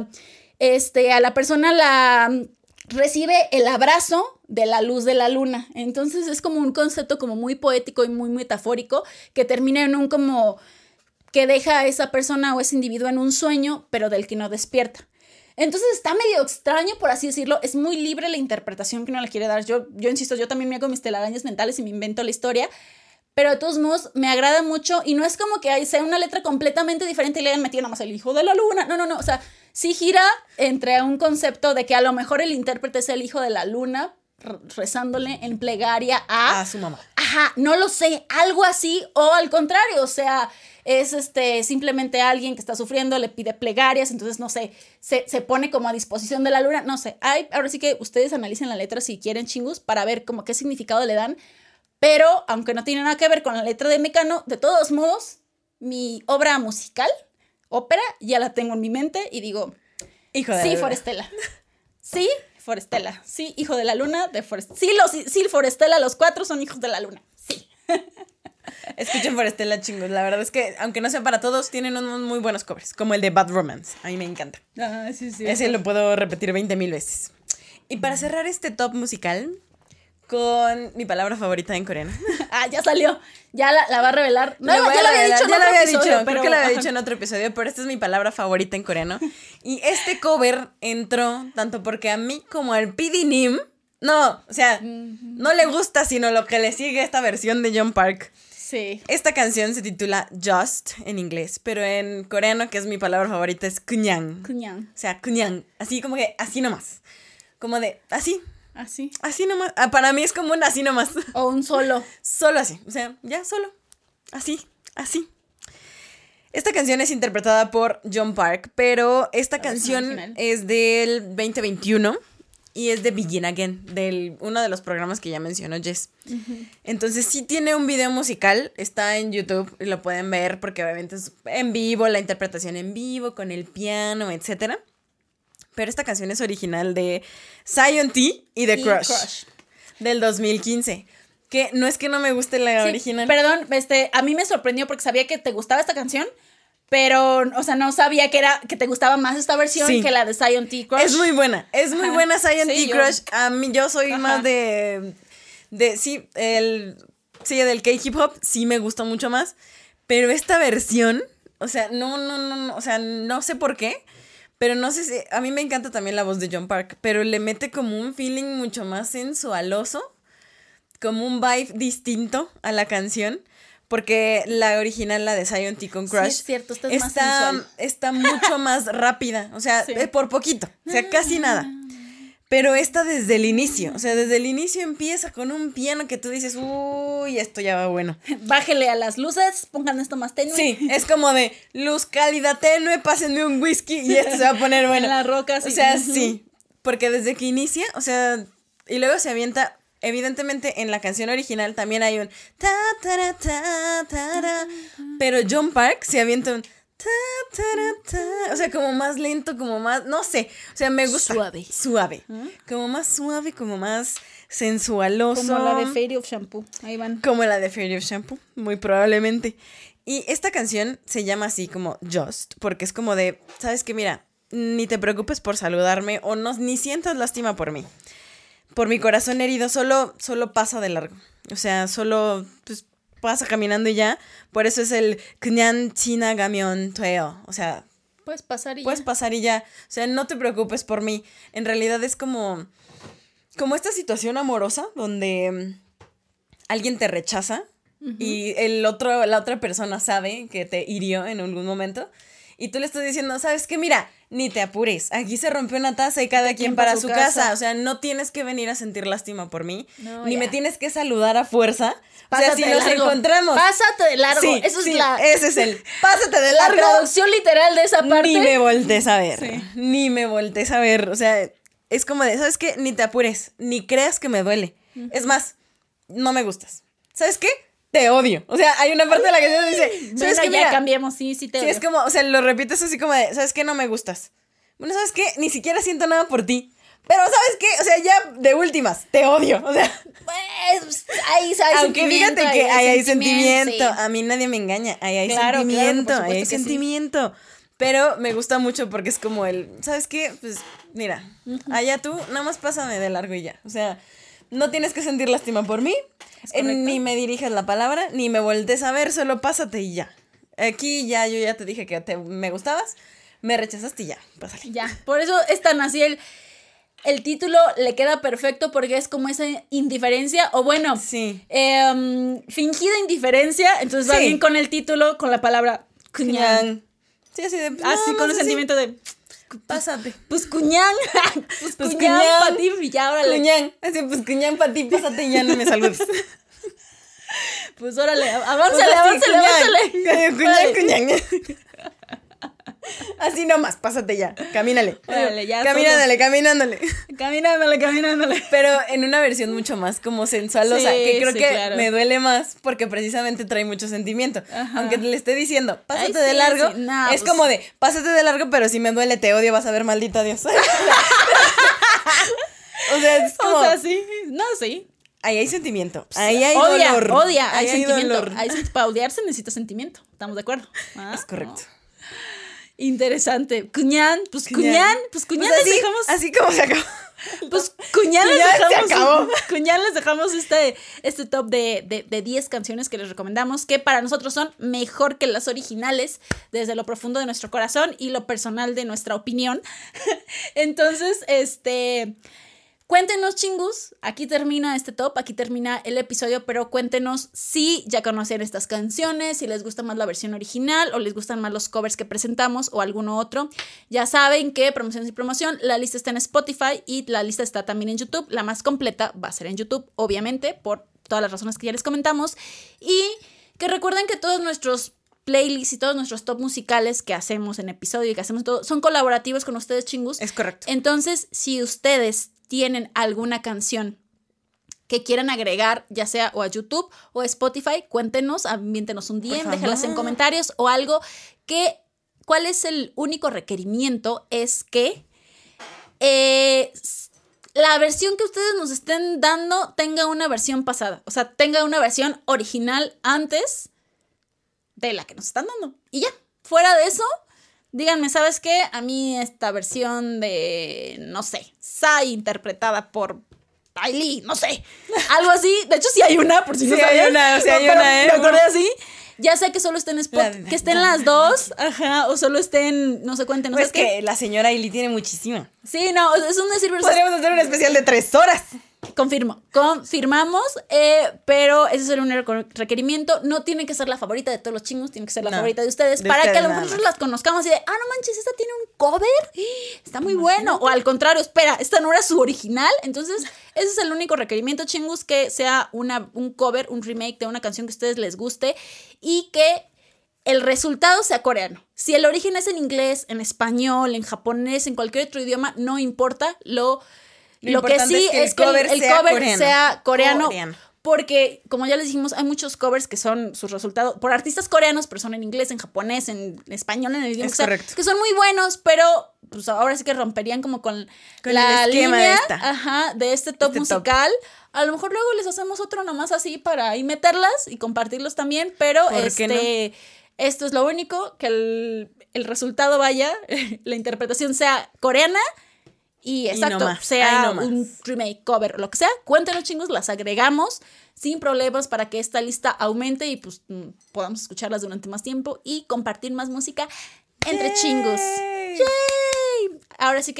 S2: a la persona la recibe el abrazo de la luz de la luna. Entonces es como un concepto como muy poético y muy metafórico que termina en un como que deja a esa persona o ese individuo en un sueño, pero del que no despierta. Entonces está medio extraño, por así decirlo. Es muy libre la interpretación que uno le quiere dar. Yo insisto, yo también me hago mis telarañas mentales y me invento la historia. Pero de todos modos me agrada mucho y no es como que sea una letra completamente diferente y le hayan metido nada más el hijo de la luna. No. O sea, sí gira entre un concepto de que a lo mejor el intérprete es el hijo de la luna rezándole en plegaria a
S1: su mamá.
S2: Ajá, no lo sé, algo así, o al contrario, o sea, es simplemente alguien que está sufriendo, le pide plegarias, entonces no sé, se pone como a disposición de la luna, no sé. Ahora sí que ustedes analicen la letra si quieren, chingus, para ver como qué significado le dan. Pero, aunque no tiene nada que ver con la letra de Mecano, de todos modos, mi obra musical, ópera, ya la tengo en mi mente y digo,
S1: hijo de
S2: sí,
S1: la luna.
S2: Forestella. Sí, Forestella. Sí, hijo de la luna de Forestella. Sí, Forestella, los 4 son hijos de la luna. Sí.
S1: Escuchen Forestella, chingos. La verdad es que, aunque no sea para todos, tienen unos muy buenos covers, como el de Bad Romance. A mí me encanta.
S2: Sí.
S1: Ese lo puedo repetir 20,000 veces. Y para cerrar este top musical, con mi palabra favorita en coreano.
S2: Ya salió. Ya la va a revelar. No,
S1: ya
S2: la había dicho en otro episodio.
S1: Creo que la había dicho en otro episodio, pero esta es mi palabra favorita en coreano. Y este cover entró tanto porque a mí como al PD Nim, no, o sea, no le gusta, sino lo que le sigue esta versión de John Park.
S2: Sí.
S1: Esta canción se titula Just en inglés, pero en coreano, que es mi palabra favorita, es kunyang.
S2: Kunyang.
S1: O sea, kunyang. Así como que, así nomás. Como de, así.
S2: Así.
S1: Así nomás. Para mí es como un así nomás.
S2: O un solo.
S1: Solo así. O sea, ya solo. Así. Esta canción es interpretada por John Park, pero esta canción es del 2021 y es de Begin Again, uno de los programas que ya mencionó Jess. Uh-huh. Entonces sí tiene un video musical, está en YouTube y lo pueden ver porque obviamente es en vivo, la interpretación en vivo, con el piano, etcétera. Pero esta canción es original de Zion T y The Crush del 2015. Que no es que no me guste la original.
S2: Perdón, a mí me sorprendió porque sabía que te gustaba esta canción, pero, o sea, no sabía que te gustaba más esta versión que la de Zion T Crush.
S1: Es muy buena, buena Zion T Crush. A mí, yo soy más del K-hip hop, sí me gustó mucho más. Pero esta versión, o sea, no, o sea, no sé por qué. Pero no sé si... A mí me encanta también la voz de John Park, pero le mete como un feeling mucho más sensualoso, como un vibe distinto a la canción, porque la original, la de Zion T con Crush,
S2: sí, es cierto, más sensual.
S1: Está mucho más rápida, o sea, por poquito, o sea, casi nada. Pero esta desde el inicio, o sea, desde el inicio empieza con un piano que tú dices, uy, esto ya va bueno.
S2: Bájele a las luces, pongan esto más tenue.
S1: Sí, es como de luz cálida tenue, pásenme un whisky y esto se va a poner bueno.
S2: En las rocas.
S1: O sea, sí, porque desde que inicia, o sea, y luego se avienta, evidentemente en la canción original también hay un ta ta ta ta ta ta, pero John Park se avienta un ta, ta, ta, ta. O sea, como más lento, como más, no sé, o sea, me gusta. Suave. Como más suave, como más sensualoso.
S2: Como la de Fairy of Shampoo, ahí van.
S1: Como la de Fairy of Shampoo, muy probablemente. Y esta canción se llama así como Just, porque es como de, ¿sabes qué? Mira, ni te preocupes por saludarme o no, ni sientas lástima por mí. Por mi corazón herido, solo pasa de largo. O sea, solo, pues, pasa caminando y ya. Por eso es el 그냥 지나가면 돼요. O sea,
S2: puedes pasar
S1: y ya. O sea, no te preocupes por mí. En realidad es como esta situación amorosa donde alguien te rechaza y la otra persona sabe que te hirió en algún momento y tú le estás diciendo, ¿sabes qué? Mira, ni te apures, aquí se rompió una taza y cada quien para su casa. O sea, no tienes que venir a sentir lástima por mí, ni me tienes que saludar a fuerza.
S2: Pásate
S1: o sea, si nos encontramos.
S2: Pásate de largo.
S1: Sí,
S2: Eso es
S1: ese es el pásate de largo.
S2: La traducción literal de esa parte.
S1: Ni me voltees a ver. Ni me voltees a ver. O sea, es como de, ¿sabes qué? Ni te apures. Ni creas que me duele. Es más, no me gustas. ¿Sabes qué? Te odio. O sea, hay una parte de la canción que dice, ¿sabes qué?
S2: Ya cambiemos, sí, te odio.
S1: Sí, es como, o sea, lo repites así como de, ¿sabes qué? No me gustas. Bueno, ¿sabes qué? Ni siquiera siento nada por ti. Pero, ¿sabes qué? O sea, ya de últimas, te odio. O sea,
S2: pues, hay
S1: aunque
S2: sentimiento.
S1: fíjate que hay sentimiento.
S2: Sí.
S1: A mí nadie me engaña. Hay
S2: Claro,
S1: sentimiento,
S2: por
S1: hay
S2: supuesto que
S1: sentimiento. Pero me gusta mucho porque es como ¿sabes qué? Pues, mira, allá tú, nada más pásame de largo y ya. O sea, no tienes que sentir lástima por mí. Ni me diriges la palabra, ni me voltees a ver, solo pásate y ya. Aquí ya, yo ya te dije que me gustabas, me rechazaste y ya, pásale.
S2: Ya, por eso es tan así el título le queda perfecto porque es como esa indiferencia, o bueno,
S1: sí.
S2: Fingida indiferencia, entonces va bien con el título, con la palabra cuñán.
S1: Sí, así de...
S2: Así con el sentimiento de...
S1: Pásate.
S2: Pues cuñán. pues cuñán para ti y ya, órale.
S1: Cuñán. Así, pues cuñán para ti, pásate y ya no me saludes.
S2: Pues órale, avánsale.
S1: Cuñán. Así nomás, pásate ya. Camínale.
S2: Órale, ya.
S1: Caminándole.
S2: Caminándole.
S1: Pero en una versión mucho más como sensualosa, que creo que
S2: claro.
S1: me duele más porque precisamente trae mucho sentimiento.
S2: Ajá.
S1: Aunque le esté diciendo, pásate de largo, es como de, pásate de largo, pero si me duele, te odio, vas a ver, maldito Dios. O sea, es como...
S2: O sea, sí. No, sí.
S1: Ahí hay sentimiento. Ahí hay dolor.
S2: Odia, hay sentimiento.
S1: Dolor.
S2: Para odiarse necesita sentimiento. ¿Estamos de acuerdo?
S1: Es correcto.
S2: No. Interesante. Cuñán les
S1: así,
S2: dejamos.
S1: Así como se acabó.
S2: Pues cuñán les dejamos.
S1: Se acabó.
S2: Cuñán les dejamos este top de 10 canciones que les recomendamos, que para nosotros son mejor que las originales, desde lo profundo de nuestro corazón y lo personal de nuestra opinión. Entonces, cuéntenos, chingus, aquí termina este top, aquí termina el episodio, pero cuéntenos si ya conocen estas canciones, si les gusta más la versión original o les gustan más los covers que presentamos o alguno otro. Ya saben que Promociones y Promoción, la lista está en Spotify y la lista está también en YouTube. La más completa va a ser en YouTube, obviamente, por todas las razones que ya les comentamos. Y que recuerden que todos nuestros playlists y todos nuestros top musicales que hacemos en episodio y que hacemos todo son colaborativos con ustedes, chingus.
S1: Es correcto.
S2: Entonces, si ustedes tienen alguna canción que quieran agregar, ya sea o a YouTube o a Spotify, cuéntenos, ambiéntenos un DM, déjalas en comentarios o algo. ¿Cuál es el único requerimiento? Es que la versión que ustedes nos estén dando tenga una versión pasada, o sea, tenga una versión original antes de la que nos están dando. Y ya, fuera de eso, díganme, ¿sabes qué? A mí esta versión de, no sé, Psy interpretada por Tylee, no sé, algo así. De hecho, sí hay una, por si no sabían.
S1: Hay una,
S2: Me acordé así. Ya sea que solo estén en Spotify, que estén las dos, ajá, o solo estén, no sé, cuéntenos.
S1: Pues que la señora Ailey tiene muchísima.
S2: Sí, no, es un decir.
S1: Podríamos hacer un especial de 3 horas.
S2: Confirmamos, pero ese es el único requerimiento. No tiene que ser la favorita de todos los chingos, tiene que ser la favorita de ustedes, para que a lo mejor nosotros las conozcamos y de, no manches, esta tiene un cover, está muy bueno. O al contrario, espera, esta no era su original. Entonces, ese es el único requerimiento, chingus, que sea un cover, un remake de una canción que a ustedes les guste y que el resultado sea coreano. Si el origen es en inglés, en español, en japonés, en cualquier otro idioma, no importa. Lo que sí es que el cover sea coreano. Porque, como ya les dijimos, hay muchos covers que son sus resultados por artistas coreanos, pero son en inglés, en japonés, en español, en el idioma que son muy buenos, pero pues ahora sí que romperían como con la línea de este top musical. A lo mejor luego les hacemos otro nomás así para ahí meterlas y compartirlos también, pero esto es lo único, que el resultado vaya, la interpretación sea coreana. Y exacto, sea un remake, cover, lo que sea, cuéntenos, chingos, las agregamos sin problemas para que esta lista aumente y pues podamos escucharlas durante más tiempo y compartir más música entre chingos. ¡Yay! Ahora sí que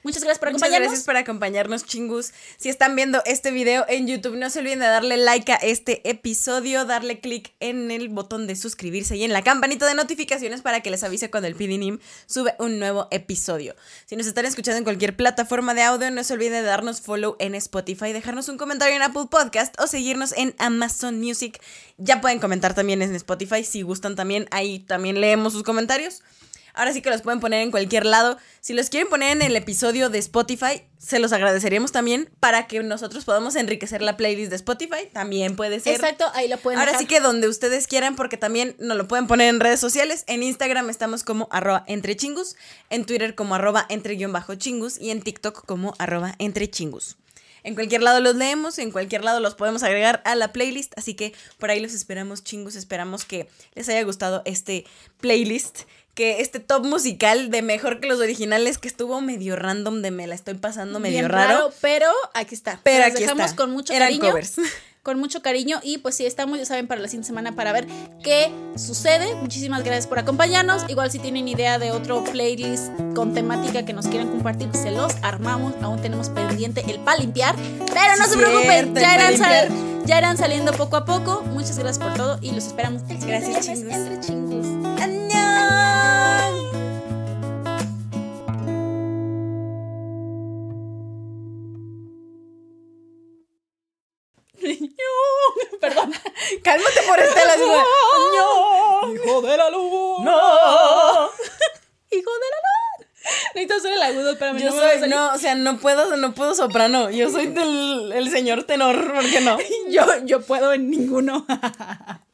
S2: Muchas gracias por
S1: Muchas
S2: acompañarnos.
S1: gracias por acompañarnos, chingus. Si están viendo este video en YouTube, no se olviden de darle like a este episodio, darle click en el botón de suscribirse y en la campanita de notificaciones para que les avise cuando el PDNIM sube un nuevo episodio. Si nos están escuchando en cualquier plataforma de audio, no se olviden de darnos follow en Spotify, dejarnos un comentario en Apple Podcast o seguirnos en Amazon Music. Ya pueden comentar también en Spotify si gustan también, ahí también leemos sus comentarios. Ahora sí que los pueden poner en cualquier lado. Si los quieren poner en el episodio de Spotify, se los agradeceríamos también para que nosotros podamos enriquecer la playlist de Spotify. También puede ser.
S2: Exacto, ahí lo pueden
S1: Ahora
S2: dejar.
S1: sí que donde ustedes quieran, porque también nos lo pueden poner en redes sociales. En Instagram estamos como @entrechingus, en Twitter como @entre_chingus y en TikTok como @entrechingus. En cualquier lado los leemos, en cualquier lado los podemos agregar a la playlist, así que por ahí los esperamos, chingus. Esperamos que les haya gustado este playlist, que este top musical de mejor que los originales, que estuvo medio random, de me la estoy pasando medio
S2: Bien
S1: raro.
S2: pero aquí está.
S1: Pero
S2: Las
S1: aquí
S2: dejamos
S1: está.
S2: con mucho
S1: Eran
S2: cariño.
S1: covers.
S2: Con mucho cariño. Y pues sí, estamos, ya saben, para la siguiente semana para ver qué sucede. Muchísimas gracias por acompañarnos. Igual si tienen idea de otro playlist con temática que nos quieran compartir, se los armamos. Aún tenemos pendiente el pa' limpiar. Pero no
S1: Sí,
S2: se preocupen,
S1: cierto,
S2: ya irán saliendo poco a poco. Muchas gracias por todo y los esperamos el siguiente
S1: Gracias,
S2: viernes
S1: chingus.
S2: Entre Chingus.
S1: ¡Annyeong!
S2: Perdón.
S1: Cálmate por Estela. Así como,
S2: Hijo de la luz.
S1: ¡no!
S2: Hijo de la luz. Necesito hacer el agudo, espérame.
S1: Yo
S2: no me va a
S1: soy,
S2: salir.
S1: no, o sea, no puedo soprano. Yo soy el señor tenor, ¿por qué no?
S2: Yo puedo en ninguno.